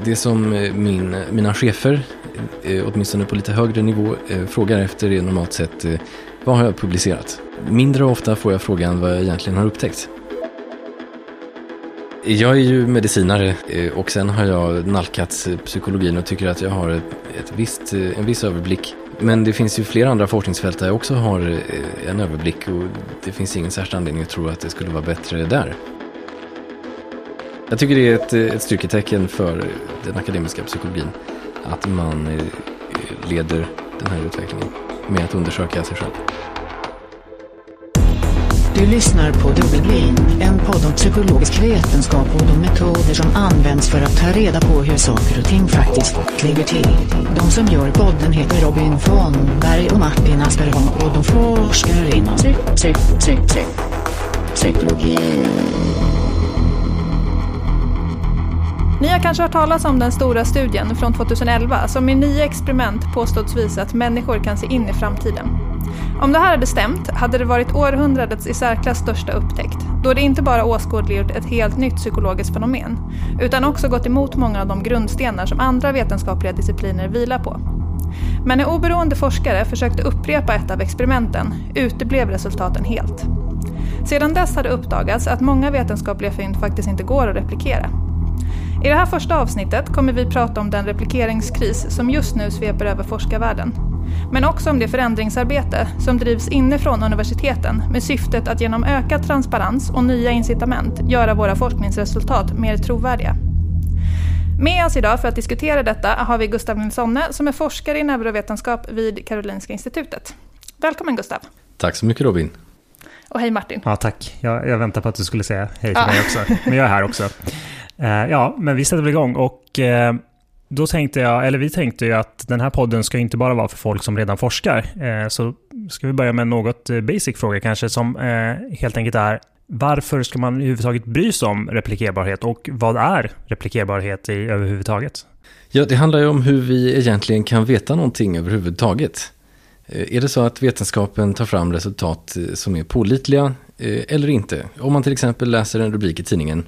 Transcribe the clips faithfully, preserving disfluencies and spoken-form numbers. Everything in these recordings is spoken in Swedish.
Det som min, mina chefer, åtminstone på lite högre nivå, frågar efter är normalt sett vad har jag publicerat. Mindre ofta får jag frågan vad jag egentligen har upptäckt. Jag är ju medicinare och sen har jag nalkats psykologin och tycker att jag har ett, ett visst, en viss överblick. Men det finns ju flera andra forskningsfält där jag också har en överblick och det finns ingen särskild anledning att tro att det skulle vara bättre där. Jag tycker det är ett, ett styrketecken för den akademiska psykologin att man leder den här utvecklingen med att undersöka sig själv. Du lyssnar på Dubbelblind, en podd om psykologisk vetenskap och de metoder som används för att ta reda på hur saker och ting faktiskt ligger till. De som gör podden heter Robin von Berg och Martin Asperholm och de forskar inom psyk, psyk, psyk, psyk, psykologi. Ni har kanske hört talas om den stora studien från tjugoelva som i nio experiment påståtts visa att människor kan se in i framtiden. Om det här hade stämt hade det varit århundradets i särklass största upptäckt, då det inte bara åskådliggjort ett helt nytt psykologiskt fenomen, utan också gått emot många av de grundstenar som andra vetenskapliga discipliner vilar på. Men när oberoende forskare försökte upprepa ett av experimenten uteblev resultaten helt. Sedan dess har det uppdagats att många vetenskapliga fynd faktiskt inte går att replikera. I det här första avsnittet kommer vi prata om den replikeringskris som just nu sveper över forskarvärlden. Men också om det förändringsarbete som drivs inifrån universiteten med syftet att genom ökad transparens och nya incitament göra våra forskningsresultat mer trovärdiga. Med oss idag för att diskutera detta har vi Gustav Nilssonne som är forskare i neurovetenskap vid Karolinska institutet. Välkommen Gustav. Tack så mycket Robin. Och hej Martin. Ja tack, jag, jag väntar på att du skulle säga hej till ja. mig också, men jag är här också. Uh, ja, men vi sätter väl igång och uh, då tänkte jag, eller vi tänkte ju att den här podden ska inte bara vara för folk som redan forskar. Uh, så ska vi börja med en något basic fråga kanske som uh, helt enkelt är: varför ska man överhuvudtaget bry sig om replikerbarhet och vad är replikerbarhet i överhuvudtaget? Ja, det handlar ju om hur vi egentligen kan veta någonting överhuvudtaget. Uh, är det så att vetenskapen tar fram resultat som är pålitliga uh, eller inte? Om man till exempel läser en rubrik i tidningen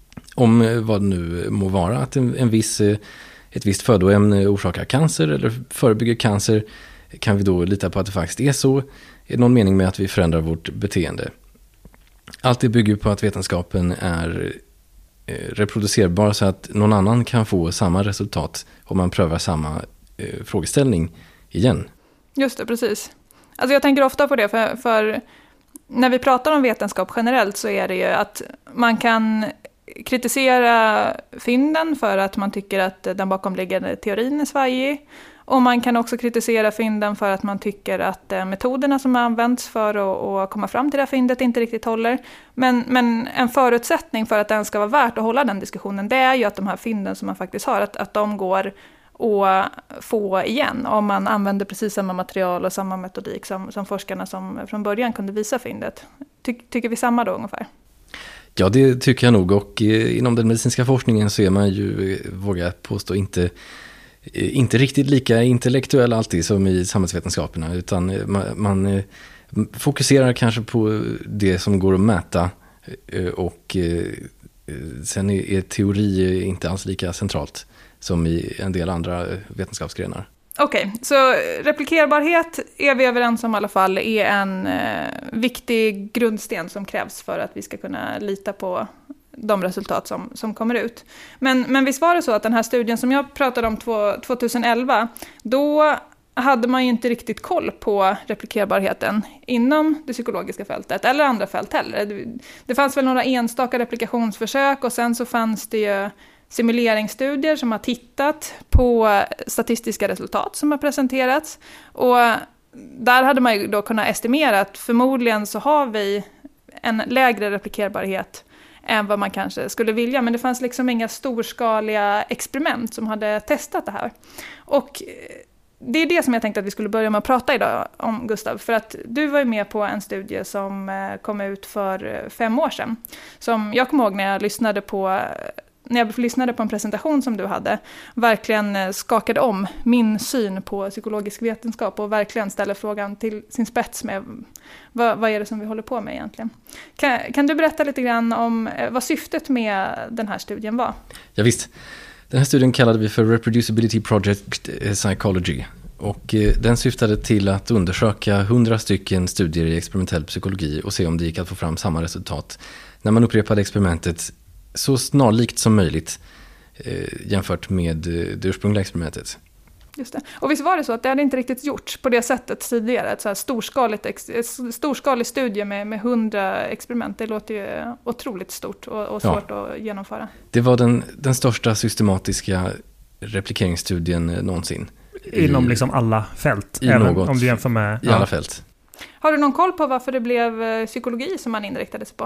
om vad det nu må vara, att en, en viss, ett visst födoämne orsakar cancer eller förebygger cancer, kan vi då lita på att det faktiskt är så? Är det någon mening med att vi förändrar vårt beteende? Allt det bygger på att vetenskapen är reproducerbar så att någon annan kan få samma resultat om man prövar samma eh, frågeställning igen. Just det, precis. Alltså jag tänker ofta på det för, för när vi pratar om vetenskap generellt så är det ju att man kan kritisera fynden för att man tycker att den bakomliggande teorin är svajig. Och man kan också kritisera fynden för att man tycker att metoderna som används för att, att komma fram till det här fyndet inte riktigt håller. Men, men en förutsättning för att den ska vara värt att hålla den diskussionen, det är ju att de här fynden som man faktiskt har, att, att de går att få igen om man använder precis samma material och samma metodik som, som forskarna som från början kunde visa fyndet. Ty, tycker vi samma då ungefär? Ja, det tycker jag nog, och inom den medicinska forskningen så är man ju, vågar jag påstå, inte, inte riktigt lika intellektuell alltid som i samhällsvetenskaperna, utan man, man fokuserar kanske på det som går att mäta, och sen är teori inte alls lika centralt som i en del andra vetenskapsgrenar. Okej, okay, så replikerbarhet är vi överens om i alla fall är en eh, viktig grundsten som krävs för att vi ska kunna lita på de resultat som, som kommer ut. Men, men visst var det så att den här studien som jag pratade om tjugoelva, då hade man ju inte riktigt koll på replikerbarheten inom det psykologiska fältet eller andra fält heller. Det, det fanns väl några enstaka replikationsförsök och sen så fanns det ju simuleringsstudier som har tittat på statistiska resultat som har presenterats. Och där hade man ju då kunnat estimera att förmodligen så har vi en lägre replikerbarhet än vad man kanske skulle vilja. Men det fanns liksom inga storskaliga experiment som hade testat det här. Och det är det som jag tänkte att vi skulle börja med att prata idag om, Gustav. För att du var ju med på en studie som kom ut för fem år sedan. Som jag kommer ihåg när jag lyssnade på... när jag lyssnade på en presentation som du hade, verkligen skakade om min syn på psykologisk vetenskap och verkligen ställer frågan till sin spets med vad, vad är det som vi håller på med egentligen. Kan, kan du berätta lite grann om vad syftet med den här studien var? Ja visst. Den här studien kallade vi för Reproducibility Project Psychology. Och den syftade till att undersöka hundra stycken studier i experimentell psykologi och se om det gick att få fram samma resultat när man upprepade experimentet så snarlikt som möjligt eh, jämfört med det ursprungliga experimentet. Just det. Och visst var det så att det hade inte riktigt gjorts på det sättet tidigare, ett så här storskaligt, ex, storskalig studie med, med hundra experiment, det låter ju otroligt stort och, och svårt ja. att genomföra. Det var den, den största systematiska replikeringsstudien någonsin. Inom liksom alla fält, i även något, om du jämför med... I ja. alla fält. Har du någon koll på varför det blev psykologi som man inriktade sig på?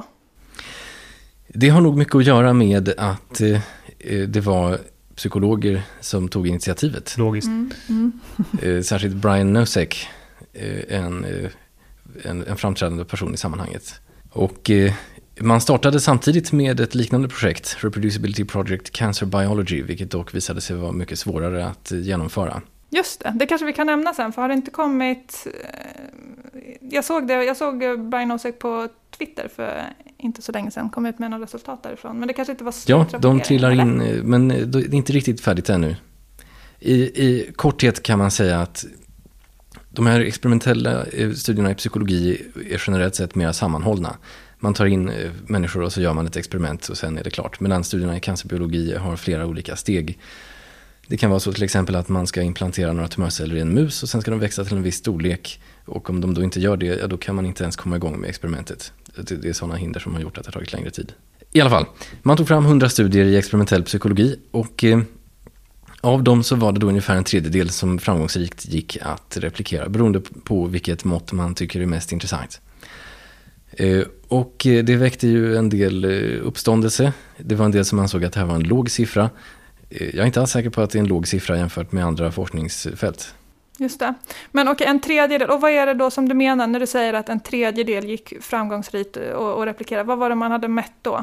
Det har nog mycket att göra med att eh, det var psykologer som tog initiativet. Logiskt. Mm. Mm. Eh, särskilt Brian Nosek, eh, en, eh, en, en framträdande person i sammanhanget. Och eh, man startade samtidigt med ett liknande projekt, Reproducibility Project Cancer Biology, vilket dock visade sig vara mycket svårare att genomföra. Just det, det kanske vi kan nämna sen, för har det inte kommit... Jag såg, det, jag såg Brian Nosek på Twitter för inte så länge sedan, kom ut med några resultat därifrån, men det kanske inte var så. Ja, de trillar in, men det är inte riktigt färdigt ännu. I, I korthet kan man säga att de här experimentella studierna i psykologi är generellt sett mer sammanhållna. Man tar in människor och så gör man ett experiment och sen är det klart. Medan studierna i cancerbiologi har flera olika steg. Det kan vara så till exempel att man ska implantera några tumörceller i en mus och sen ska de växa till en viss storlek. Och om de då inte gör det, ja, då kan man inte ens komma igång med experimentet. Det är sådana hinder som har gjort att det har tagit längre tid. I alla fall, man tog fram hundra studier i experimentell psykologi och eh, av dem så var det då ungefär en tredjedel som framgångsrikt gick att replikera beroende på vilket mått man tycker är mest intressant. Eh, och det väckte ju en del uppståndelse. Det var en del som ansåg att det här var en låg siffra. Jag är inte alls säker på att det är en låg siffra jämfört med andra forskningsfält. Just det. Men okej, en tredjedel. Och vad är det då som du menar när du säger att en tredjedel gick framgångsrikt och, och replikera? Vad var det man hade mätt då?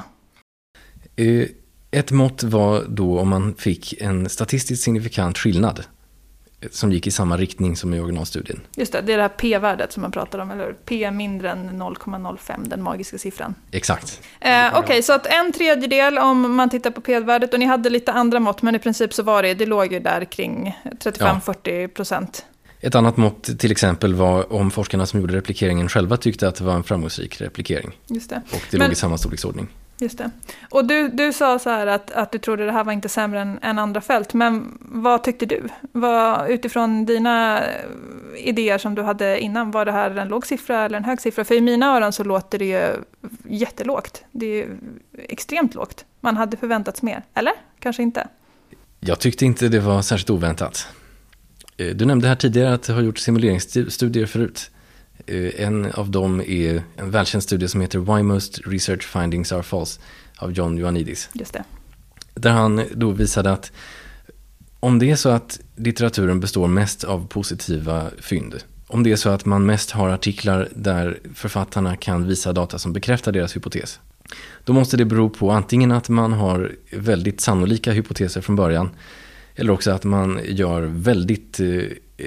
Ett mått var då om man fick en statistiskt signifikant skillnad som gick i samma riktning som i originalstudien. Just det, det är det här p-värdet som man pratar om, eller p mindre än noll komma noll fem, den magiska siffran. Exakt. Eh, Okej, okay, så att en tredjedel om man tittar på p-värdet, och ni hade lite andra mått, men i princip så var det, det låg ju där kring trettiofem till fyrtio procent. Ett annat mått till exempel var om forskarna som gjorde replikeringen själva tyckte att det var en framgångsrik replikering. Just det. Och det men... låg i samma storleksordning. Just det. Och du, du sa så här att, att du trodde det här var inte sämre än, än andra fält. Men vad tyckte du? Vad, utifrån dina idéer som du hade innan, var det här en låg siffra eller en hög siffra? För i mina öron så låter det ju jättelågt. Det är ju extremt lågt. Man hade förväntats mer. Eller? Kanske inte. Jag tyckte inte det var särskilt oväntat. Du nämnde här tidigare att du har gjort simuleringsstudier förut. En av dem är en välkänd studie som heter Why Most Research Findings Are False av John Ioannidis. Just det. Där han då visade att om det är så att litteraturen består mest av positiva fynd, om det är så att man mest har artiklar där författarna kan visa data som bekräftar deras hypotes, då måste det bero på antingen att man har väldigt sannolika hypoteser från början eller också att man gör väldigt eh,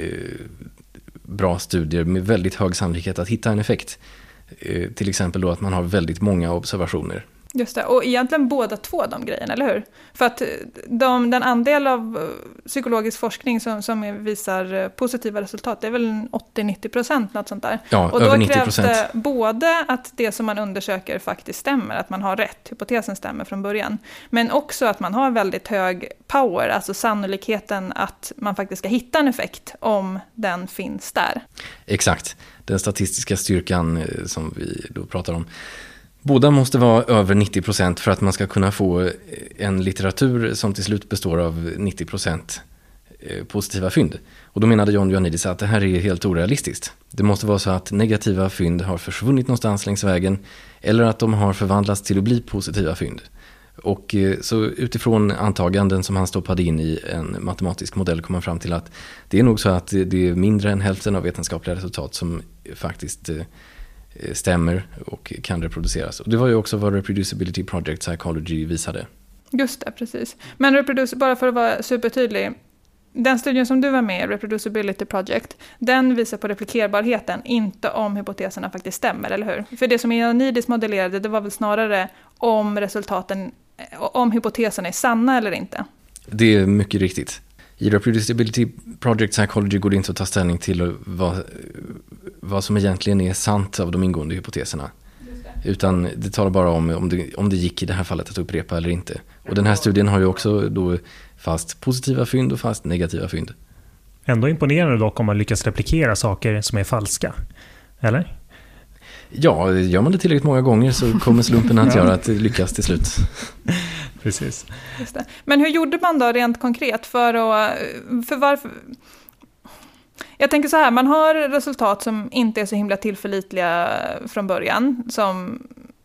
bra studier med väldigt hög sannolikhet att hitta en effekt. Eh, till exempel då att man har väldigt många observationer. Just det, och egentligen båda två de grejerna, eller hur? För att de, den andel av psykologisk forskning som, som visar positiva resultat, det är väl åttio till nittio procent, något sånt där. Ja, och då över nittio procent. Krävs det både att det som man undersöker faktiskt stämmer, att man har rätt, hypotesen stämmer från början, men också att man har väldigt hög power, alltså sannolikheten att man faktiskt ska hitta en effekt om den finns där. Exakt, den statistiska styrkan som vi då pratar om. Båda måste vara över nittio procent för att man ska kunna få en litteratur som till slut består av nittio procent positiva fynd. Och då menade John Ioannidis att det här är helt orealistiskt. Det måste vara så att negativa fynd har försvunnit någonstans längs vägen eller att de har förvandlats till att bli positiva fynd. Och så utifrån antaganden som han stoppade in i en matematisk modell kom man fram till att det är nog så att det är mindre än hälften av vetenskapliga resultat som faktiskt stämmer och kan reproduceras. Och det var ju också vad Reproducibility Project Psychology visade. Just det, precis. Men reproduce, bara för att vara supertydlig, den studien som du var med i, Reproducibility Project, den visar på replikerbarheten, inte om hypoteserna faktiskt stämmer, eller hur? För det som Ioannidis modellerade, det var väl snarare om resultaten, om hypoteserna är sanna eller inte. Det är mycket riktigt. I Reproducibility Project Psychology går det inte att ta ställning till vad, vad som egentligen är sant av de ingående hypoteserna. Utan det talar bara om om det, om det gick i det här fallet att upprepa eller inte. Och den här studien har ju också då fast positiva fynd och fast negativa fynd. Ändå imponerande dock om man lyckas replikera saker som är falska. Eller? Ja, gör man det tillräckligt många gånger så kommer slumpen att göra att det lyckas till slut. Precis. Just det. Men hur gjorde man då rent konkret för att... För varför... Jag tänker så här, man har resultat som inte är så himla tillförlitliga från början. Som,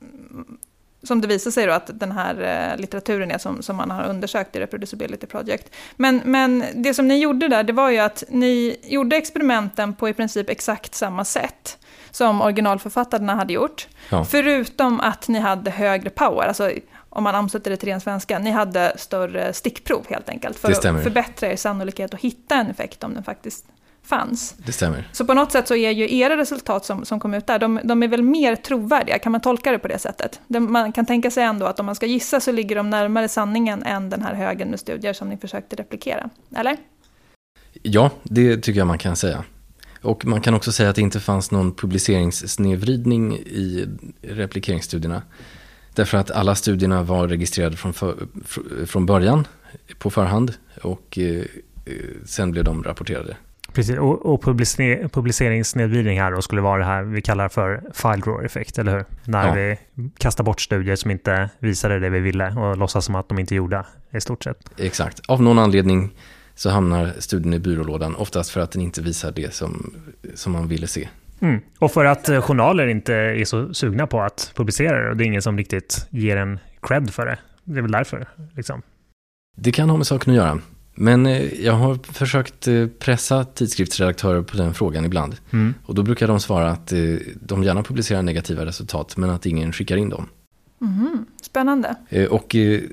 som det visar sig då att den här litteraturen är som, som man har undersökt i Reproducibility Project. Men, men det som ni gjorde där, det var ju att ni gjorde experimenten på i princip exakt samma sätt som originalförfattarna hade gjort. Ja. Förutom att ni hade högre power, alltså om man omsätter det till ren svenska, ni hade större stickprov helt enkelt. För att förbättra er sannolikhet att hitta en effekt om den faktiskt fanns. Det stämmer. Så på något sätt så är ju era resultat som, som kom ut där, de, de är väl mer trovärdiga, kan man tolka det på det sättet? Det, man kan tänka sig ändå att om man ska gissa så ligger de närmare sanningen än den här högen med studier som ni försökte replikera, eller? Ja, det tycker jag man kan säga. Och man kan också säga att det inte fanns någon publiceringssnedvridning i replikeringsstudierna. Därför att alla studierna var registrerade från, för, från början på förhand och eh, sen blev de rapporterade. Precis, och, och publicer- publiceringssnedvridning här då skulle vara det här vi kallar för file drawer-effekt, eller hur? När ja. vi kastar bort studier som inte visade det vi ville och låtsas som att de inte gjorde i stort sett. Exakt, av någon anledning så hamnar studien i byrålådan, oftast för att den inte visar det som, som man ville se. Mm. Och för att journaler inte är så sugna på att publicera det, och det är ingen som riktigt ger en cred för det. Det är väl därför, liksom. Det kan ha med saken att göra. Men jag har försökt pressa tidskriftsredaktörer på den frågan ibland. Mm. Och då brukar de svara att de gärna publicerar negativa resultat, men att ingen skickar in dem. Mm. Spännande. Och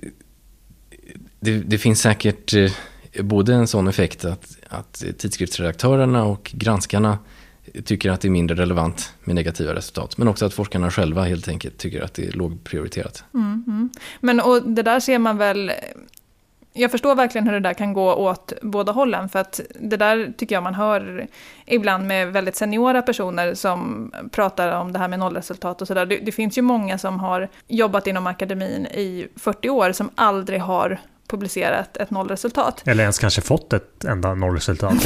det, det finns säkert både en sån effekt att, att tidskriftsredaktörerna och granskarna tycker att det är mindre relevant med negativa resultat. Men också att forskarna själva helt enkelt tycker att det är lågprioriterat. Mm, mm. Men och det där ser man väl... Jag förstår verkligen hur det där kan gå åt båda hållen. För att det där tycker jag man hör ibland med väldigt seniora personer som pratar om det här med nollresultat och sådär. Det, det finns ju många som har jobbat inom akademin i fyrtio år som aldrig har publicerat ett nollresultat. Eller ens kanske fått ett enda nollresultat.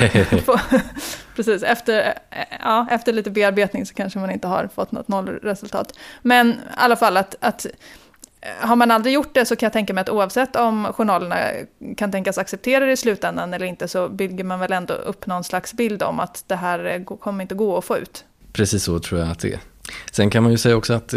Precis, efter, ja, efter lite bearbetning så kanske man inte har fått något nollresultat. Men i alla fall att, att har man aldrig gjort det så kan jag tänka mig att oavsett om journalerna kan tänkas acceptera det i slutändan eller inte så bygger man väl ändå upp någon slags bild om att det här kommer inte gå att få ut. Precis så tror jag att det är. Sen kan man ju säga också att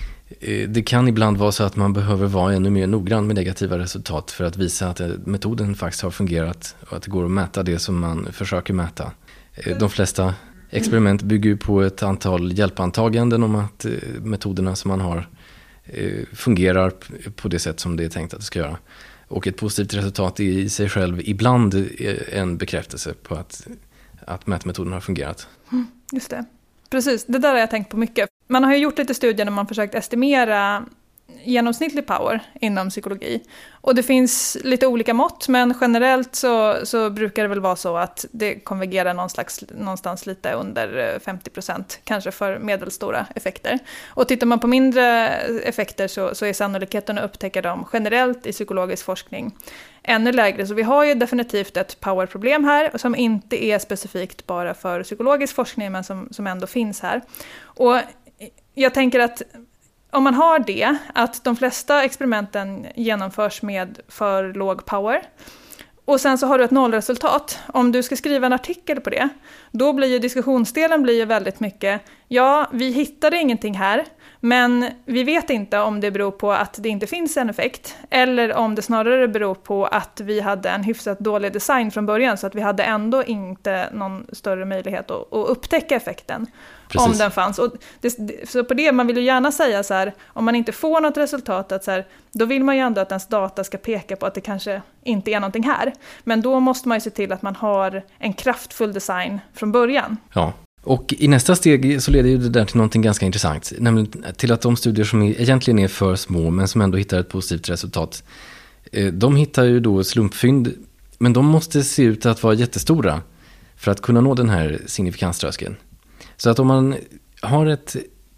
det kan ibland vara så att man behöver vara ännu mer noggrann med negativa resultat för att visa att metoden faktiskt har fungerat och att det går att mäta det som man försöker mäta. De flesta experiment bygger ju på ett antal hjälpantaganden om att metoderna som man har fungerar på det sätt som det är tänkt att det ska göra. Och ett positivt resultat är i sig själv ibland en bekräftelse på att, att mätmetoden har fungerat. Mm, just det. Precis, det där har jag tänkt på mycket. Man har ju gjort lite studier när man försökt estimera genomsnittlig power inom psykologi. Och det finns lite olika mått, men generellt så, så brukar det väl vara så att det konvergerar någon slags, någonstans lite under femtio procent, kanske för medelstora effekter. Och tittar man på mindre effekter så, så är sannolikheten att upptäcka dem generellt i psykologisk forskning ännu lägre. Så vi har ju definitivt ett powerproblem här som inte är specifikt bara för psykologisk forskning men som, som ändå finns här. Och jag tänker att om man har det, att de flesta experimenten genomförs med för låg power och sen så har du ett nollresultat. Om du ska skriva en artikel på det, då blir ju diskussionsdelen blir ju väldigt mycket, ja, vi hittade ingenting här, men vi vet inte om det beror på att det inte finns en effekt eller om det snarare beror på att vi hade en hyfsat dålig design från början så att vi hade ändå inte någon större möjlighet att, att upptäcka effekten. Precis. Om den fanns. Och det, så på det, man vill ju gärna säga så här, om man inte får något resultat, att så här, då vill man ju ändå att ens data ska peka på att det kanske inte är någonting här. Men då måste man ju se till att man har en kraftfull design från början. Ja, och i nästa steg så leder ju det där till någonting ganska intressant. Nämligen till att de studier som är, egentligen är för små men som ändå hittar ett positivt resultat De hittar ju då slumpfynd, men de måste se ut att vara jättestora för att kunna nå den här signifikanströskeln. Så att om man har ett,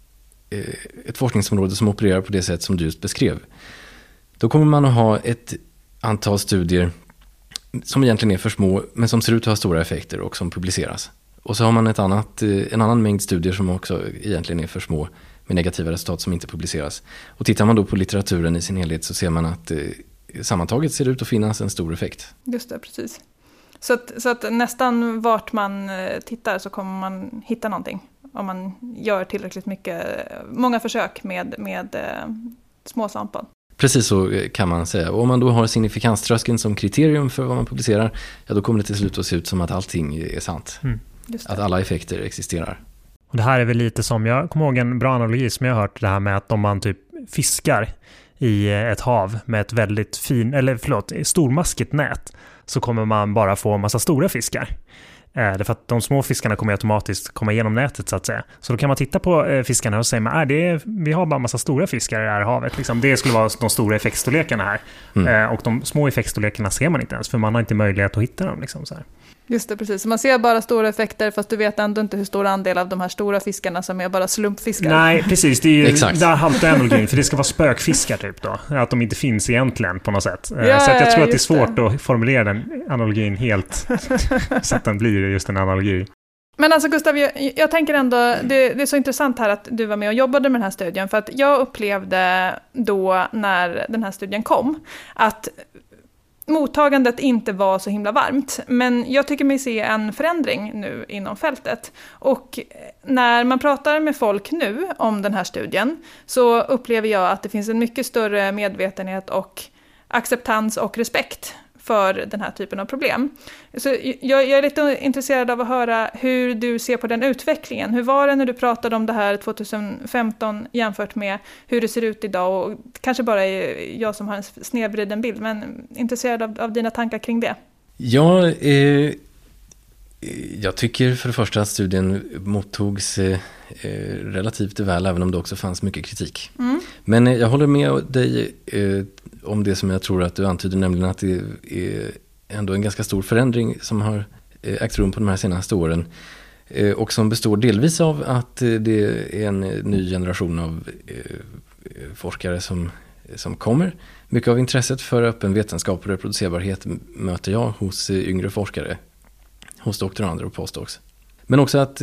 ett forskningsområde som opererar på det sätt som du just beskrev, då kommer man att ha ett antal studier som egentligen är för små, men som ser ut att ha stora effekter och som publiceras. Och så har man ett annat, en annan mängd studier som också egentligen är för små med negativa resultat som inte publiceras. Och tittar man då på litteraturen i sin helhet så ser man att eh, sammantaget ser det ut att finnas en stor effekt. Just det, precis. Så att, så att nästan vart man tittar så kommer man hitta någonting. Om man gör tillräckligt mycket, många försök med, med eh, små samtal. Precis så kan man säga. Och om man då har signifikanströskeln som kriterium för vad man publicerar, ja, då kommer det till slut att se ut som att allting är sant. Mm. Att alla effekter existerar. Och det här är väl lite som, jag kommer ihåg en bra analogi som jag har hört, det här med att om man typ fiskar i ett hav med ett väldigt fin, eller förlåt, stormaskigt nät, så kommer man bara få en massa stora fiskar. Eh, därför att de små fiskarna kommer automatiskt komma igenom nätet så att säga. Så då kan man titta på eh, fiskarna och säga, men är det, vi har bara en massa stora fiskar i det här havet. Liksom. Det skulle vara de stora effektstorlekarna här. Mm. Eh, och de små effektstorlekarna ser man inte ens, för man har inte möjlighet att hitta dem. Liksom, så här. Just det, precis. Man ser bara stora effekter, fast du vet ändå inte hur stor andel av de här stora fiskarna som är bara slumpfiskar. Nej, precis. Det är ju, där haltar analogin, för det ska vara spökfiskar typ då. Att de inte finns egentligen på något sätt. Ja, så att jag tror att det är svårt det. att formulera den analogin helt så att den blir just en analogi. Men alltså Gustav, jag, jag tänker ändå, det, det är så intressant här att du var med och jobbade med den här studien, för att jag upplevde då när den här studien kom att mottagandet inte var så himla varmt, men jag tycker mig se en förändring nu inom fältet. Och när man pratar med folk nu om den här studien så upplever jag att det finns en mycket större medvetenhet och acceptans och respekt för den här typen av problem. Så jag, jag är lite intresserad av att höra hur du ser på den utvecklingen. Hur var det när du pratade om det här tjugohundrafemton jämfört med hur det ser ut idag? Och kanske bara är jag som har en snedvriden bild, men intresserad av, av dina tankar kring det. Ja, eh, jag tycker för det första att studien mottogs eh, relativt väl, även om det också fanns mycket kritik. Mm. Men eh, jag håller med dig eh, om det som jag tror att du antyder, nämligen att det är ändå en ganska stor förändring som har ägt rum på de här senaste åren, och som består delvis av att det är en ny generation av forskare som, som kommer. Mycket av intresset för öppen vetenskap och reproducerbarhet möter jag hos yngre forskare, hos doktorander och postdocs. Men också att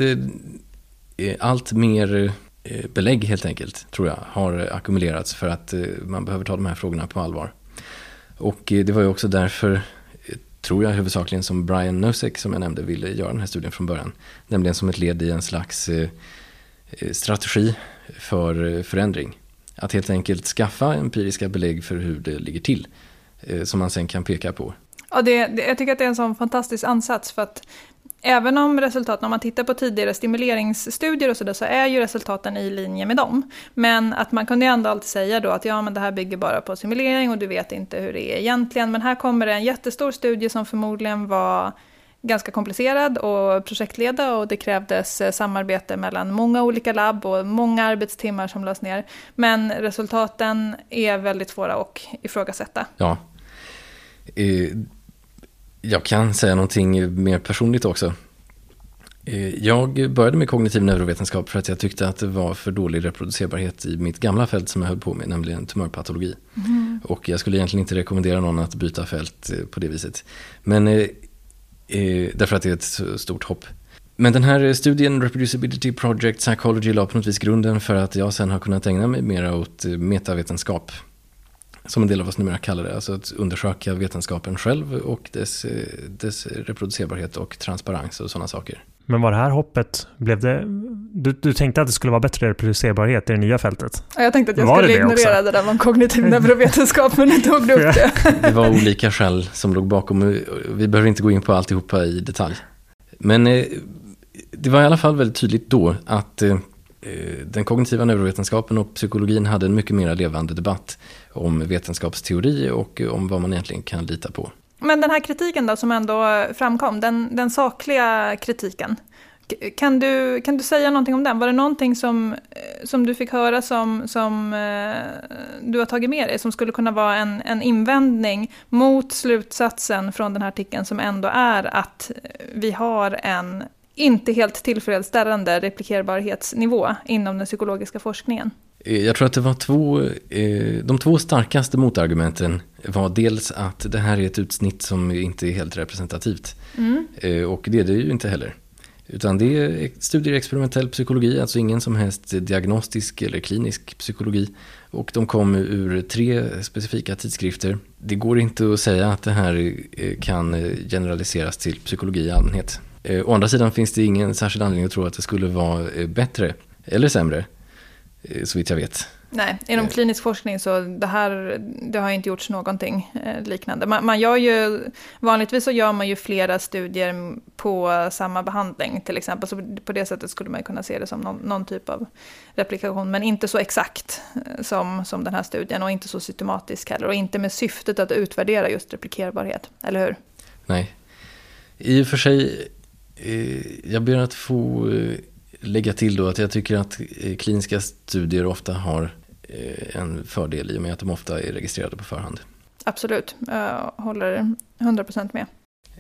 allt mer belägg helt enkelt, tror jag, har ackumulerats för att man behöver ta de här frågorna på allvar. Och det var ju också därför, tror jag, huvudsakligen som Brian Nosek, som jag nämnde, ville göra den här studien från början. Nämligen som ett led i en slags strategi för förändring. Att helt enkelt skaffa empiriska belägg för hur det ligger till, som man sen kan peka på. Ja, det, det, jag tycker att det är en sån fantastisk ansats, för att även om resultaten, om man tittar på tidigare stimuleringsstudier och så där, så är ju resultaten i linje med dem. Men att man kunde ändå alltid säga då att ja, men det här bygger bara på simulering och du vet inte hur det är egentligen. Men här kommer det en jättestor studie som förmodligen var ganska komplicerad och projektleda, och det krävdes samarbete mellan många olika labb och många arbetstimmar som lades ner. Men resultaten är väldigt svåra att ifrågasätta. Ja. Eh... Jag kan säga någonting mer personligt också. Jag började med kognitiv neurovetenskap för att jag tyckte att det var för dålig reproducerbarhet i mitt gamla fält som jag höll på med, nämligen tumörpatologi. Mm. Och jag skulle egentligen inte rekommendera någon att byta fält på det viset. Men eh, därför att det är ett stort hopp. Men den här studien, Reproducibility Project Psychology, la på något vis grunden för att jag sen har kunnat ägna mig mer åt metavetenskap, som en del av oss numera kallar det, alltså att undersöka vetenskapen själv och dess, dess reproducerbarhet och transparens och sådana saker. Men var det här hoppet, blev det, du, du tänkte att det skulle vara bättre reproducerbarhet i det nya fältet? Ja, jag tänkte att jag var skulle det ignorera också? Det där med kognitiv neurovetenskap, men du tog upp det. Det var olika skäl som låg bakom, vi behöver inte gå in på alltihopa i detalj. Men det var i alla fall väldigt tydligt då att den kognitiva neurovetenskapen och psykologin hade en mycket mer levande debatt om vetenskapsteori och om vad man egentligen kan lita på. Men den här kritiken då som ändå framkom, den, den sakliga kritiken, Kan du, kan du säga någonting om den? Var det någonting som, som du fick höra som, som eh, du har tagit med dig, som skulle kunna vara en, en invändning mot slutsatsen från den här artikeln, som ändå är att vi har en inte helt tillfredsställande replikerbarhetsnivå inom den psykologiska forskningen? Jag tror att det var två, de två starkaste motargumenten var dels att det här är ett utsnitt som inte är helt representativt. Mm. Och det är det ju inte heller. Utan det är studier i experimentell psykologi, alltså ingen som helst diagnostisk eller klinisk psykologi. Och de kom ur tre specifika tidskrifter. Det går inte att säga att det här kan generaliseras till psykologi i allmänhet. Å andra sidan finns det ingen särskild anledning att tro att det skulle vara bättre eller sämre, så vitt jag vet. Nej, inom klinisk forskning så det här, det har inte gjorts någonting liknande. Man, man gör ju, vanligtvis så gör man ju flera studier på samma behandling till exempel. Så på det sättet skulle man kunna se det som någon, någon typ av replikation. Men inte så exakt som, som den här studien, och inte så systematisk heller. Och inte med syftet att utvärdera just replikerbarhet, eller hur? Nej. I och för sig, jag ber att få lägga till då att jag tycker att kliniska studier ofta har en fördel i och med att de ofta är registrerade på förhand. Absolut, jag håller hundra procent med.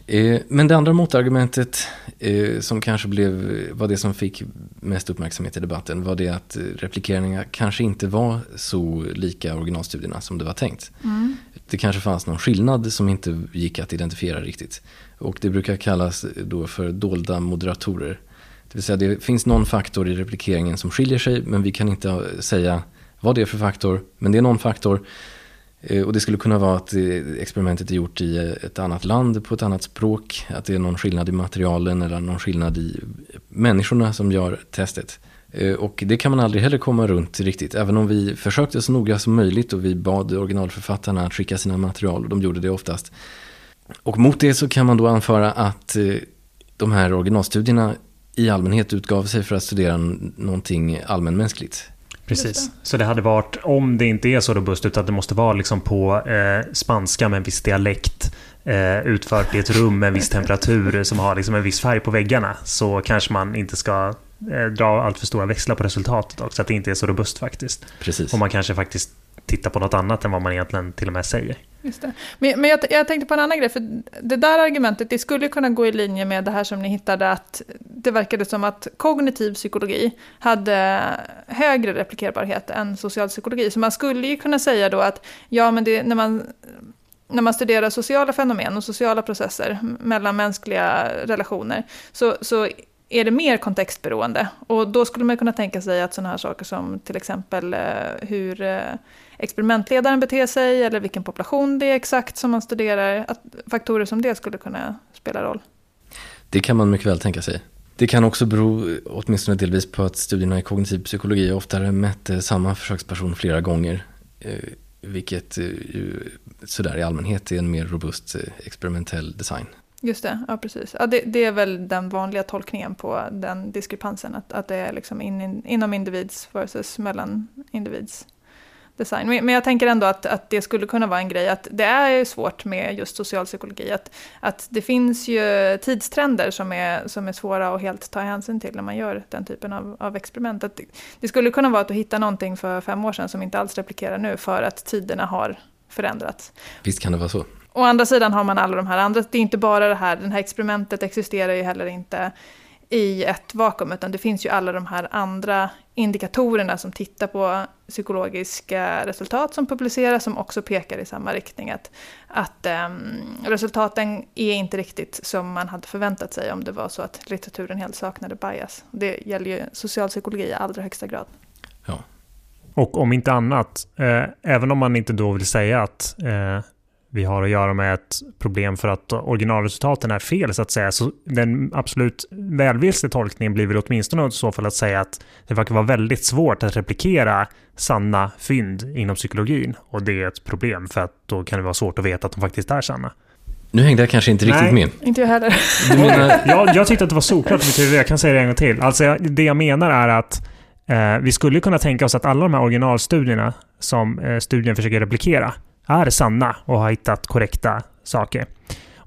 Men det andra motargumentet som kanske blev, var det som fick mest uppmärksamhet i debatten, var det att replikeringar kanske inte var så lika originalstudierna som det var tänkt. Mm. Det kanske fanns någon skillnad som inte gick att identifiera riktigt. Och det brukar kallas då för dolda moderatorer. Det vill säga det finns någon faktor i replikeringen som skiljer sig, men vi kan inte säga vad det är för faktor, men det är någon faktor. Och det skulle kunna vara att experimentet är gjort i ett annat land på ett annat språk, att det är någon skillnad i materialen eller någon skillnad i människorna som gör testet. Och det kan man aldrig heller komma runt riktigt, även om vi försökte så noga som möjligt och vi bad originalförfattarna att skicka sina material, och de gjorde det oftast. Och mot det så kan man då anföra att de här originalstudierna i allmänhet utgav sig för att studera någonting allmänmänskligt. Precis, så det hade varit, om det inte är så robust utan det måste vara liksom på eh, spanska med en viss dialekt, eh, utfört i ett rum med en viss temperatur som har liksom en viss färg på väggarna, så kanske man inte ska eh, dra allt för stora växlar på resultatet också, att det inte är så robust faktiskt. Precis. Och man kanske faktiskt tittar på något annat än vad man egentligen till och med säger. Just det. Men, men jag, jag tänkte på en annan grej, för det där argumentet, det skulle kunna gå i linje med det här som ni hittade, att det verkade som att kognitiv psykologi hade högre replikerbarhet än social psykologi. Så man skulle ju kunna säga då att ja, men det, när man när man studerar sociala fenomen och sociala processer mellan mänskliga relationer, så, så är det mer kontextberoende. Och då skulle man kunna tänka sig att sådana här saker som till exempel hur experimentledaren beter sig eller vilken population det är exakt som man studerar, att faktorer som det skulle kunna spela roll. Det kan man mycket väl tänka sig. Det kan också bero åtminstone delvis på att studierna i kognitiv psykologi oftare mätte samma försöksperson flera gånger, vilket ju sådär i allmänhet är en mer robust experimentell design. Just det, ja precis. Ja, det, det är väl den vanliga tolkningen på den diskrepansen, att, att det är liksom in, in, inom individs versus mellan individs design. Men, men jag tänker ändå att, att det skulle kunna vara en grej, att det är svårt med just socialpsykologi, att, att det finns ju tidstrender som är, som är svåra att helt ta hänsyn till när man gör den typen av, av experiment. Att det, det skulle kunna vara att du hittar någonting för fem år sedan som inte alls replikerar nu för att tiderna har förändrats. Visst kan det vara så. Å andra sidan har man alla de här andra, det är inte bara det här, den här experimentet existerar ju heller inte i ett vakuum, utan det finns ju alla de här andra indikatorerna som tittar på psykologiska resultat som publiceras, som också pekar i samma riktning, att, att um, resultaten är inte riktigt som man hade förväntat sig om det var så att litteraturen helt saknade bias. Det gäller ju socialpsykologi i allra högsta grad. Ja. Och om inte annat, eh, även om man inte då vill säga att eh, vi har att göra med ett problem för att originalresultaten är fel så att säga, så den absolut välvilligaste tolkningen blir väl åtminstone i så fall att säga att det verkar vara väldigt svårt att replikera sanna fynd inom psykologin, och det är ett problem för att då kan det vara svårt att veta att de faktiskt är sanna. Nu hängde jag kanske inte riktigt Nej, med. Inte jag heller. Du menar... jag, jag tyckte att det var såklart, jag kan säga det en gång till. Alltså det jag menar är att eh, vi skulle kunna tänka oss att alla de här originalstudierna som eh, studien försöker replikera är sanna och har hittat korrekta saker. Och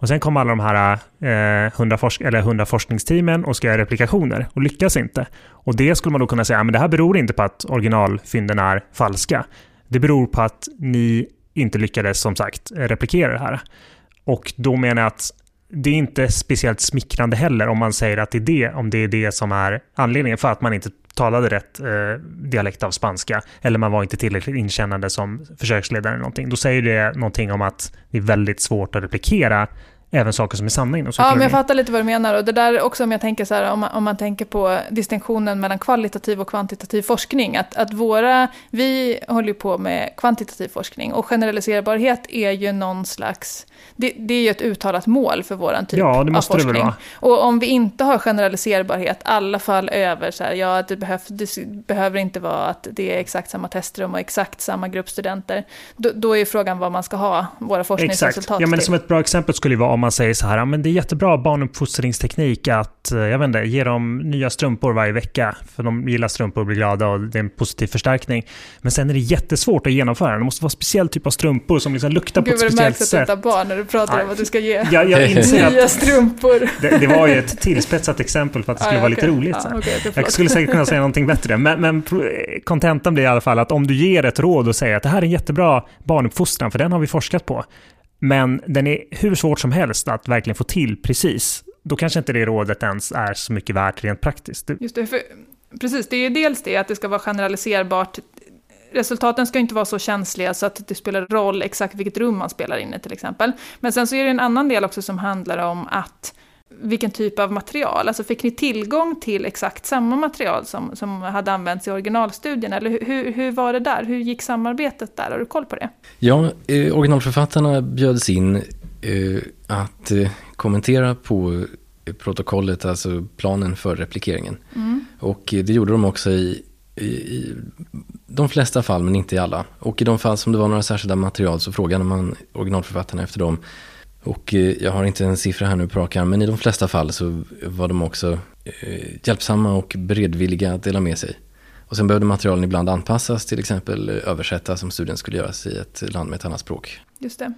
Och sen kommer alla de här eh, hundra, forsk- eller hundra forskningsteamen och ska göra replikationer och lyckas inte. Och det skulle man då kunna säga, men det här beror inte på att originalfynden är falska. Det beror på att ni inte lyckades, som sagt, replikera det här. Och då menar jag att det är inte speciellt smickrande heller om man säger att det är det, om det är det som är anledningen för att man inte talade rätt eh, dialekt av spanska, eller man var inte tillräckligt inkännande som försöksledare eller någonting. Då säger det någonting om att det är väldigt svårt att replikera även saker som är sanna inom psykologi. Ja, men jag fattar lite vad du menar. Och det där också, om jag tänker så här, om man, om man tänker på distinktionen mellan kvalitativ och kvantitativ forskning, att, att våra, vi håller ju på med kvantitativ forskning, och generaliserbarhet är ju någon slags, det, det är ju ett uttalat mål för våran typ ja, det måste av forskning. Det väl vara. Och om vi inte har generaliserbarhet, alla fall över så här, ja, det, behöv, det behöver inte vara att det är exakt samma testrum och exakt samma grupp studenter, då, då är frågan vad man ska ha våra forskningsresultat exakt. Ja, men till. som ett bra exempel skulle vara om man säger så här, men det är jättebra barnuppfostringsteknik att, jag vet inte, ge dem nya strumpor varje vecka, för de gillar strumpor och blir glada och det är en positiv förstärkning. Men sen är det jättesvårt att genomföra. Det måste vara en speciell typ av strumpor som liksom luktar Gud, på ett speciellt sätt. Gud, vad det märks att du barn när du pratar Nej. om att du ska ge jag, jag inser nya att strumpor. Det, det var ju ett tillspetsat exempel för att det skulle ah, vara okay. lite roligt. Ah, okay, jag skulle säkert kunna säga någonting bättre. Men, men kontentan blir i alla fall att om du ger ett råd och säger att det här är en jättebra barnuppfostran, för den har vi forskat på, men den är hur svårt som helst att verkligen få till precis, då kanske inte det rådet ens är så mycket värt rent praktiskt. Just det, för, precis, det är ju dels det att det ska vara generaliserbart. Resultaten ska inte vara så känsliga så att det spelar roll exakt vilket rum man spelar in i till exempel. Men sen så är det en annan del också som handlar om att vilken typ av material, alltså fick ni tillgång till exakt samma material som, som hade använts i originalstudien, eller hur, hur var det där? Hur gick samarbetet där? Har du koll på det? Ja, eh, originalförfattarna bjöds in eh, att eh, kommentera på protokollet, alltså planen för replikeringen. Mm. Och eh, det gjorde de också i, i, i de flesta fall, men inte i alla. Och i de fall som det var några särskilda material så frågade man originalförfattarna efter dem. Och jag har inte en siffra här nu på rakan, men i de flesta fall så var de också eh, hjälpsamma och beredvilliga att dela med sig. Och sen behövde materialen ibland anpassas, till exempel översättas om studien skulle göras i ett land med ett annat språk. Just det.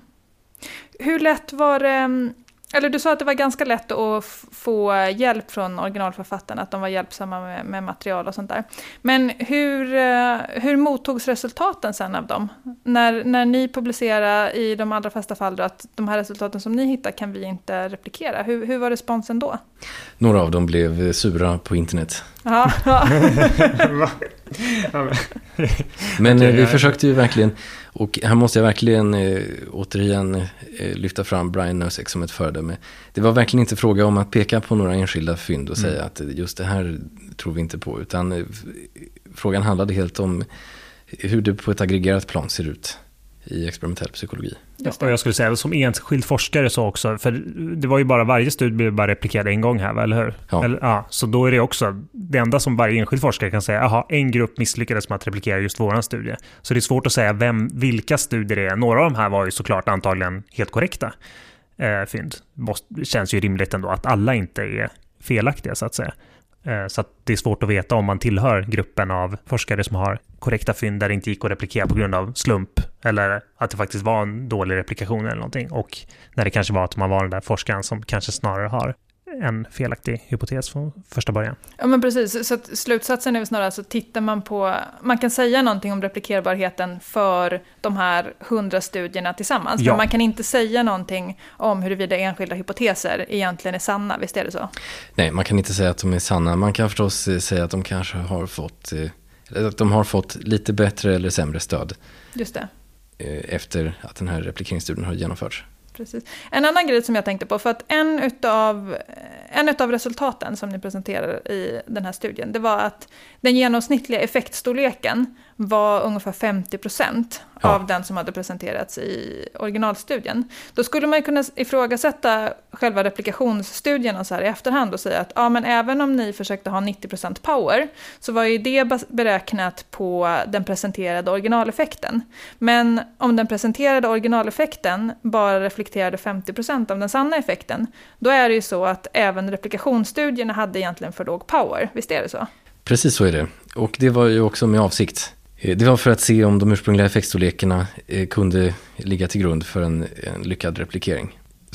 Hur lätt var det, eller du sa att det var ganska lätt att f- få hjälp från originalförfattarna, att de var hjälpsamma med, med material och sånt där. Men hur, hur mottogs resultaten sen av dem? När, när ni publicerade i de allra flesta fall då, att de här resultaten som ni hittar kan vi inte replikera. Hur, hur var responsen då? Några av dem blev sura på internet. Ja. Men okay, vi ja. försökte ju verkligen, och här måste jag verkligen eh, återigen eh, lyfta fram Brian Nosek som ett föredöme. Det var verkligen inte fråga om att peka på några enskilda fynd och mm. säga att just det här tror vi inte på, utan eh, frågan handlade helt om hur det på ett aggregerat plan ser ut i experimentell psykologi. Ja, och jag skulle säga som enskild forskare så också, för det var ju bara varje studie blev bara replikerad en gång här, eller hur? Ja. Eller, ja, så då är det också det enda som varje enskild forskare kan säga, aha, en grupp misslyckades med att replikera just våran studie. Så det är svårt att säga vem, vilka studier det är. Några av de här var ju såklart antagligen helt korrekta eh, fynd. Det känns ju rimligt ändå att alla inte är felaktiga så att säga. Så att det är svårt att veta om man tillhör gruppen av forskare som har korrekta fynd där det inte gick att replikera på grund av slump, eller att det faktiskt var en dålig replikation eller någonting, och när det kanske var att man var den där forskaren som kanske snarare har en felaktig hypotes från första början. Ja, men precis, så att slutsatsen är väl snarare så tittar man på, man kan säga någonting om replikerbarheten för de här hundra studierna tillsammans, ja. Men man kan inte säga någonting om huruvida enskilda hypoteser egentligen är sanna, visst är det så? Nej, man kan inte säga att de är sanna, man kan förstås säga att de kanske har fått, eller att de har fått lite bättre eller sämre stöd. Just det. Efter att den här replikeringsstudien har genomförts. Precis. En annan grej som jag tänkte på, för att en utav, en utav resultaten som ni presenterar i den här studien, det var att den genomsnittliga effektstorleken var ungefär femtio procent ja. Av den som hade presenterats i originalstudien. Då skulle man kunna ifrågasätta själva replikationsstudien och så här i efterhand och säga att ja, men även om ni försökte ha nittio procent power så var ju det beräknat på den presenterade originaleffekten. Men om den presenterade originaleffekten bara reflekterade femtio procent av den sanna effekten, då är det ju så att även replikationsstudierna hade egentligen för låg power. Visst är det så? Precis så är det. Och det var ju också med avsikt. Det var för att se om de ursprungliga effektstorlekarna kunde ligga till grund för en, en lyckad replikering.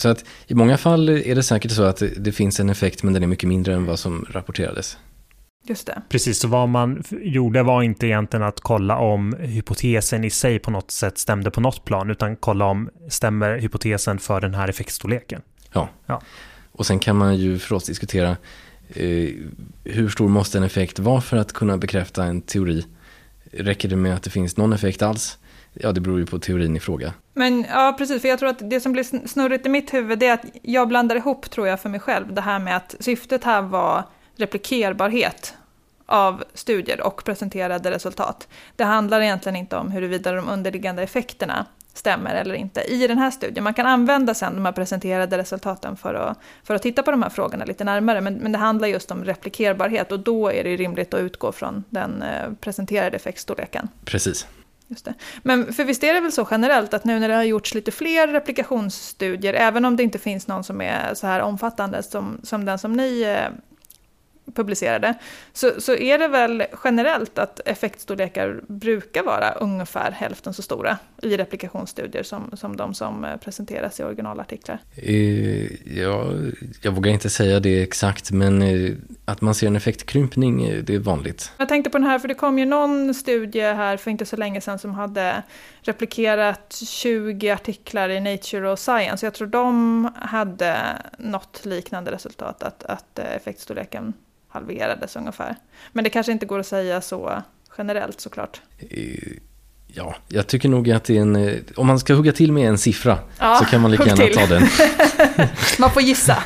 Så att i många fall är det säkert så att det, det finns en effekt, men den är mycket mindre än vad som rapporterades. Just det. Precis, så vad man gjorde var inte egentligen att kolla om hypotesen i sig på något sätt stämde på något plan, utan kolla om stämmer hypotesen för den här effektstorleken. Ja, ja. Och sen kan man ju för oss diskutera eh, hur stor måste en effekt vara för att kunna bekräfta en teori. Räcker det med att det finns någon effekt alls? Ja, det beror ju på teorin i fråga. Men ja, precis, för jag tror att det som blir snurrigt i mitt huvud, det är att jag blandar ihop, tror jag, för mig själv, det här med att syftet här var replikerbarhet av studier och presenterade resultat. Det handlar egentligen inte om huruvida de underliggande effekterna stämmer eller inte i den här studien. Man kan använda sen de här presenterade resultaten för att, för att titta på de här frågorna lite närmare, men, men det handlar just om replikerbarhet, och då är det rimligt att utgå från den eh, presenterade effektstorleken. Precis. Just det. Men för visst är det väl så generellt att nu när det har gjorts lite fler replikationsstudier, även om det inte finns någon som är så här omfattande som, som den som ni eh, publicerade, så, så är det väl generellt att effektstorlekar brukar vara ungefär hälften så stora i replikationsstudier som, som de som presenteras i originalartiklar. Eh, ja, jag vågar inte säga det exakt, men eh, att man ser en effektkrympning, eh, det är vanligt. Jag tänkte på den här, för det kom ju någon studie här för inte så länge sedan som hade replikerat tjugo artiklar i Nature och Science. Jag tror de hade något liknande resultat, att, att effektstorleken halverades ungefär. Men det kanske inte går att säga så generellt, såklart. Ja, jag tycker nog att det är en... Om man ska hugga till med en siffra, ja, så kan man lika gärna till. ta den. Man får gissa.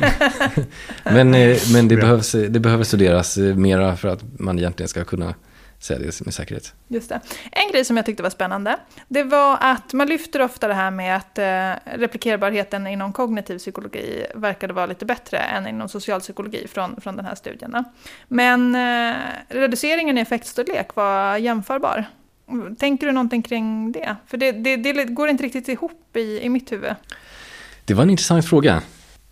men men det, behövs, det behöver studeras mera för att man egentligen ska kunna säga det med säkerhet. Just det. En grej som jag tyckte var spännande, det var att man lyfter ofta det här med att eh, replikerbarheten inom kognitiv psykologi verkade vara lite bättre än inom socialpsykologi från, från den här studien. Men eh, reduceringen i effektstorlek var jämförbar. Tänker du någonting kring det? För det, det, det går inte riktigt ihop i, i mitt huvud. Det var en intressant fråga.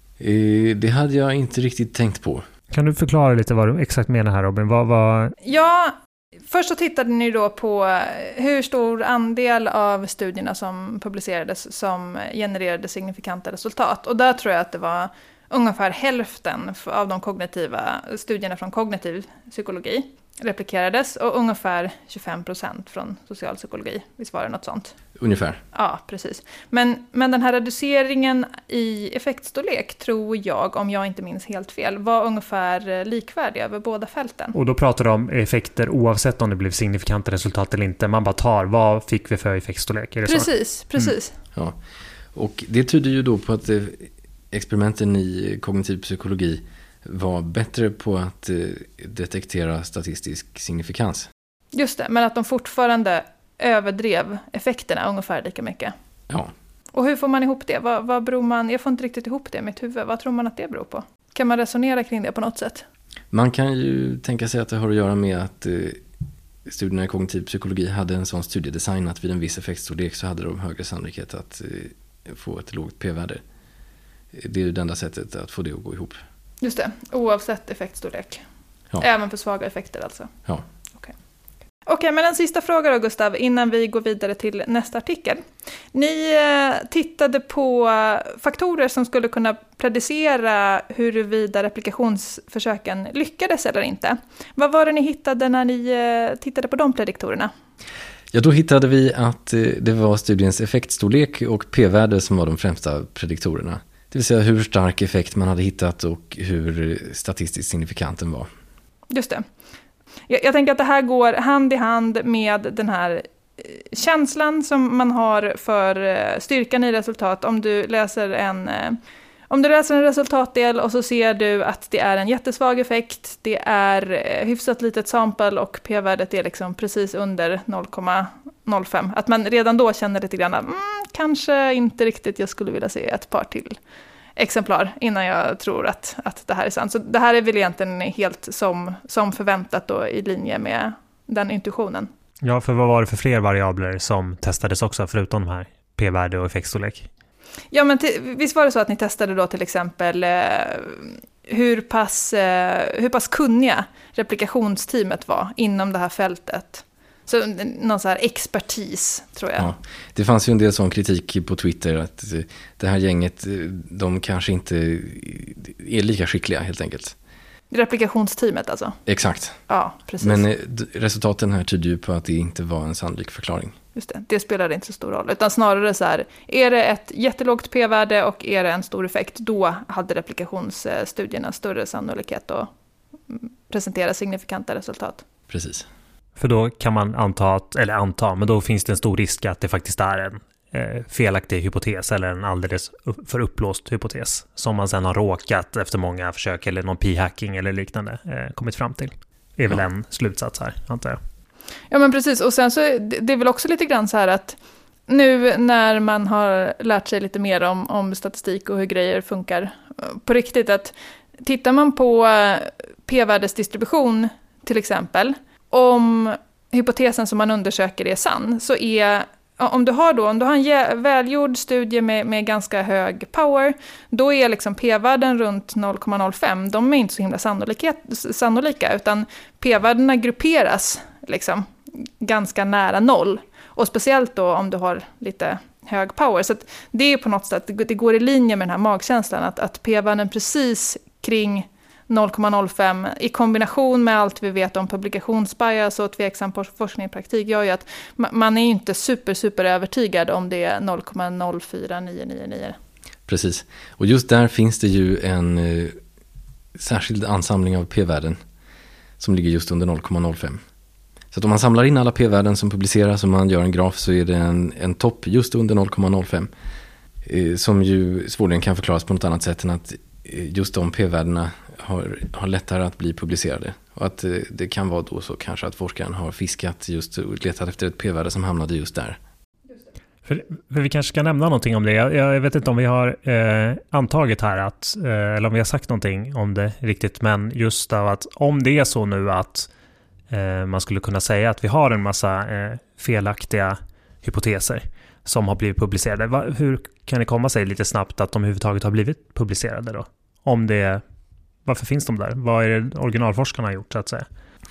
Eh, det hade jag inte riktigt tänkt på. Kan du förklara lite vad du exakt menar här, Robin? Vad, vad... Ja, först så tittade ni då på hur stor andel av studierna som publicerades som genererade signifikanta resultat. Och där tror jag att det var ungefär hälften av de kognitiva studierna från kognitiv psykologi replikerades och ungefär tjugofem procent från socialpsykologi. Visst var det något sånt? Ungefär. Ja, precis. Men, men den här reduceringen i effektstorlek tror jag, om jag inte minns helt fel, var ungefär likvärdig över båda fälten. Och då pratar du om effekter oavsett om det blev signifikanta resultat eller inte. Man bara tar, vad fick vi för effektstorlek? Är det precis, så? precis. Mm. Ja. Och det tyder ju då på att experimenten i kognitiv psykologi var bättre på att detektera statistisk signifikans. Just det, men att de fortfarande överdrev effekterna ungefär lika mycket. Ja. Och hur får man ihop det? Vad, vad beror man, jag får inte riktigt ihop det i mitt huvud. Vad tror man att det beror på? Kan man resonera kring det på något sätt? Man kan ju tänka sig att det har att göra med att eh, studierna i kognitiv psykologi hade en sån studiedesign att vid en viss effektstorlek så hade de högre sannolikhet att eh, få ett lågt p-värde. Det är ju det enda sättet att få det att gå ihop. Just det, oavsett effektstorlek. Ja. Även för svaga effekter alltså. Ja. Okej, okay, men en sista fråga då, Gustav, innan vi går vidare till nästa artikel. Ni eh, tittade på faktorer som skulle kunna predicera huruvida replikationsförsöken lyckades eller inte. Vad var det ni hittade när ni eh, tittade på de prediktorerna? Ja, då hittade vi att eh, det var studiens effektstorlek och p-värde som var de främsta prediktorerna. Det vill säga hur stark effekt man hade hittat och hur statistiskt signifikant den var. Just det. Jag, jag tänker att det här går hand i hand med den här känslan som man har för styrkan i resultat. Om du läser en, om du läser en resultatdel och så ser du att det är en jättesvag effekt, det är hyfsat litet sample och p-värdet är liksom precis under noll komma noll fem. Att man redan då känner lite grann, mm, kanske inte riktigt, jag skulle vilja se ett par till exemplar innan jag tror att, att det här är sant. Så det här är väl egentligen helt som, som förväntat och i linje med den intuitionen. Ja, för vad var det för fler variabler som testades också förutom de här p-värde och effektstorlek? Ja, men till, visst var det så att ni testade då till exempel eh, hur, pass, eh, hur pass kunniga replikationsteamet var inom det här fältet Så någon så här expertis, tror jag. Ja, det fanns ju en del sån kritik på Twitter att det här gänget, de kanske inte är lika skickliga helt enkelt. Replikationsteamet alltså? Exakt. Ja, precis. Men resultaten här tyder ju på att det inte var en sannolik förklaring. Just det, det spelar inte så stor roll. Utan snarare så här, är det ett jättelågt p-värde och är det en stor effekt, då hade replikationsstudierna större sannolikhet att presentera signifikanta resultat. Precis. För då kan man anta, att, eller anta, men då finns det en stor risk att det faktiskt är en eh, felaktig hypotes eller en alldeles för uppblåst hypotes som man sedan har råkat efter många försök eller någon p-hacking eller liknande eh, kommit fram till. Det är väl ja. en slutsats här, antar jag. Ja, men precis. Och sen så det är väl också lite grann så här att nu när man har lärt sig lite mer om, om statistik och hur grejer funkar på riktigt, att tittar man på p-värdesdistribution till exempel, om hypotesen som man undersöker är sann, så är, om du har då, om du har en välgjord studie med, med ganska hög power, då är liksom p-värden runt noll komma noll fem, de är inte så himla sannolika, utan p-värdena grupperas liksom ganska nära noll. Och speciellt då om du har lite hög power. Så att det är på något sätt, det går i linje med den här magkänslan, att, att p-värden precis kring noll komma noll fem i kombination med allt vi vet om publikationsbias och tveksam forskning i praktik gör ju att man är inte super, super övertygad om det är noll komma noll fyra nio nio nio. Precis. Och just där finns det ju en eh, särskild ansamling av p-värden som ligger just under noll komma noll fem. Så att om man samlar in alla p-värden som publiceras och man gör en graf, så är det en, en topp just under noll komma noll fem eh, som ju svårligen kan förklaras på något annat sätt än att eh, just de p-värdena har, har lättare att bli publicerade. Och att eh, det kan vara då så kanske att forskaren har fiskat just och letat efter ett p-värde som hamnade just där. För, för vi kanske ska nämna någonting om det. Jag, jag vet inte om vi har eh, antagit här att, eh, eller om vi har sagt någonting om det riktigt, men just av att om det är så nu att eh, man skulle kunna säga att vi har en massa eh, felaktiga hypoteser som har blivit publicerade. Va, hur kan det komma sig lite snabbt att de överhuvudtaget har blivit publicerade då? Om det, varför finns de där? Vad är det originalforskarna har gjort så att säga?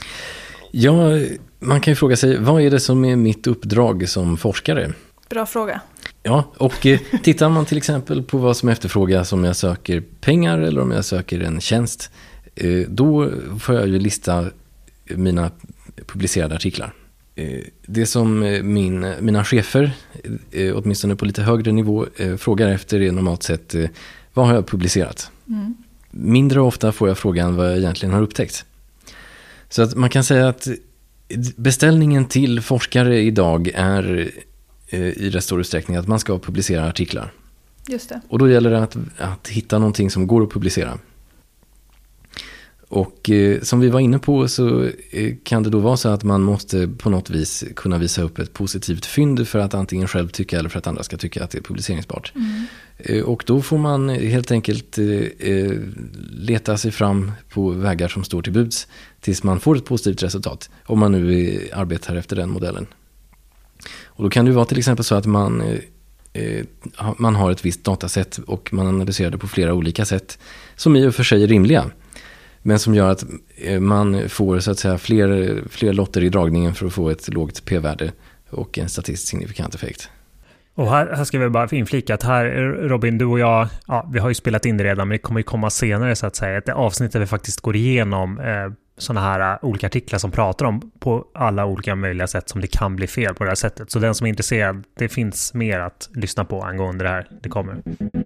Ja, man kan ju fråga sig, vad är det som är mitt uppdrag som forskare? Bra fråga. Ja, och eh, tittar man till exempel på vad som efterfrågas om jag söker pengar eller om jag söker en tjänst, eh, då får jag ju lista mina publicerade artiklar. Eh, det som min, mina chefer, eh, åtminstone på lite högre nivå, eh, frågar efter är normalt sett, eh, vad har jag publicerat? Mm. Mindre ofta får jag frågan vad jag egentligen har upptäckt. Så att man kan säga att beställningen till forskare idag är i rätt stor utsträckning att man ska publicera artiklar. Just det. Och då gäller det att, att hitta någonting som går att publicera. Och eh, som vi var inne på så eh, kan det då vara så att man måste på något vis kunna visa upp ett positivt fynd för att antingen själv tycka eller för att andra ska tycka att det är publiceringsbart. Mm. Eh, och då får man helt enkelt eh, leta sig fram på vägar som står till buds tills man får ett positivt resultat, om man nu eh, arbetar efter den modellen. Och då kan det vara till exempel så att man, eh, man har ett visst datasätt och man analyserar det på flera olika sätt som i och för sig är rimliga, men som gör att eh, man får så att säga fler, fler lotter i dragningen för att få ett lågt p-värde och en statistiskt signifikant effekt. Och här, här ska vi bara inflika att här, Robin, du och jag, ja, vi har ju spelat in det redan, men det kommer ju komma senare så att säga, ett avsnitt där vi faktiskt går igenom eh, sådana här olika artiklar som pratar om på alla olika möjliga sätt som det kan bli fel på det här sättet. Så den som är intresserad, det finns mer att lyssna på angående det här. Det kommer.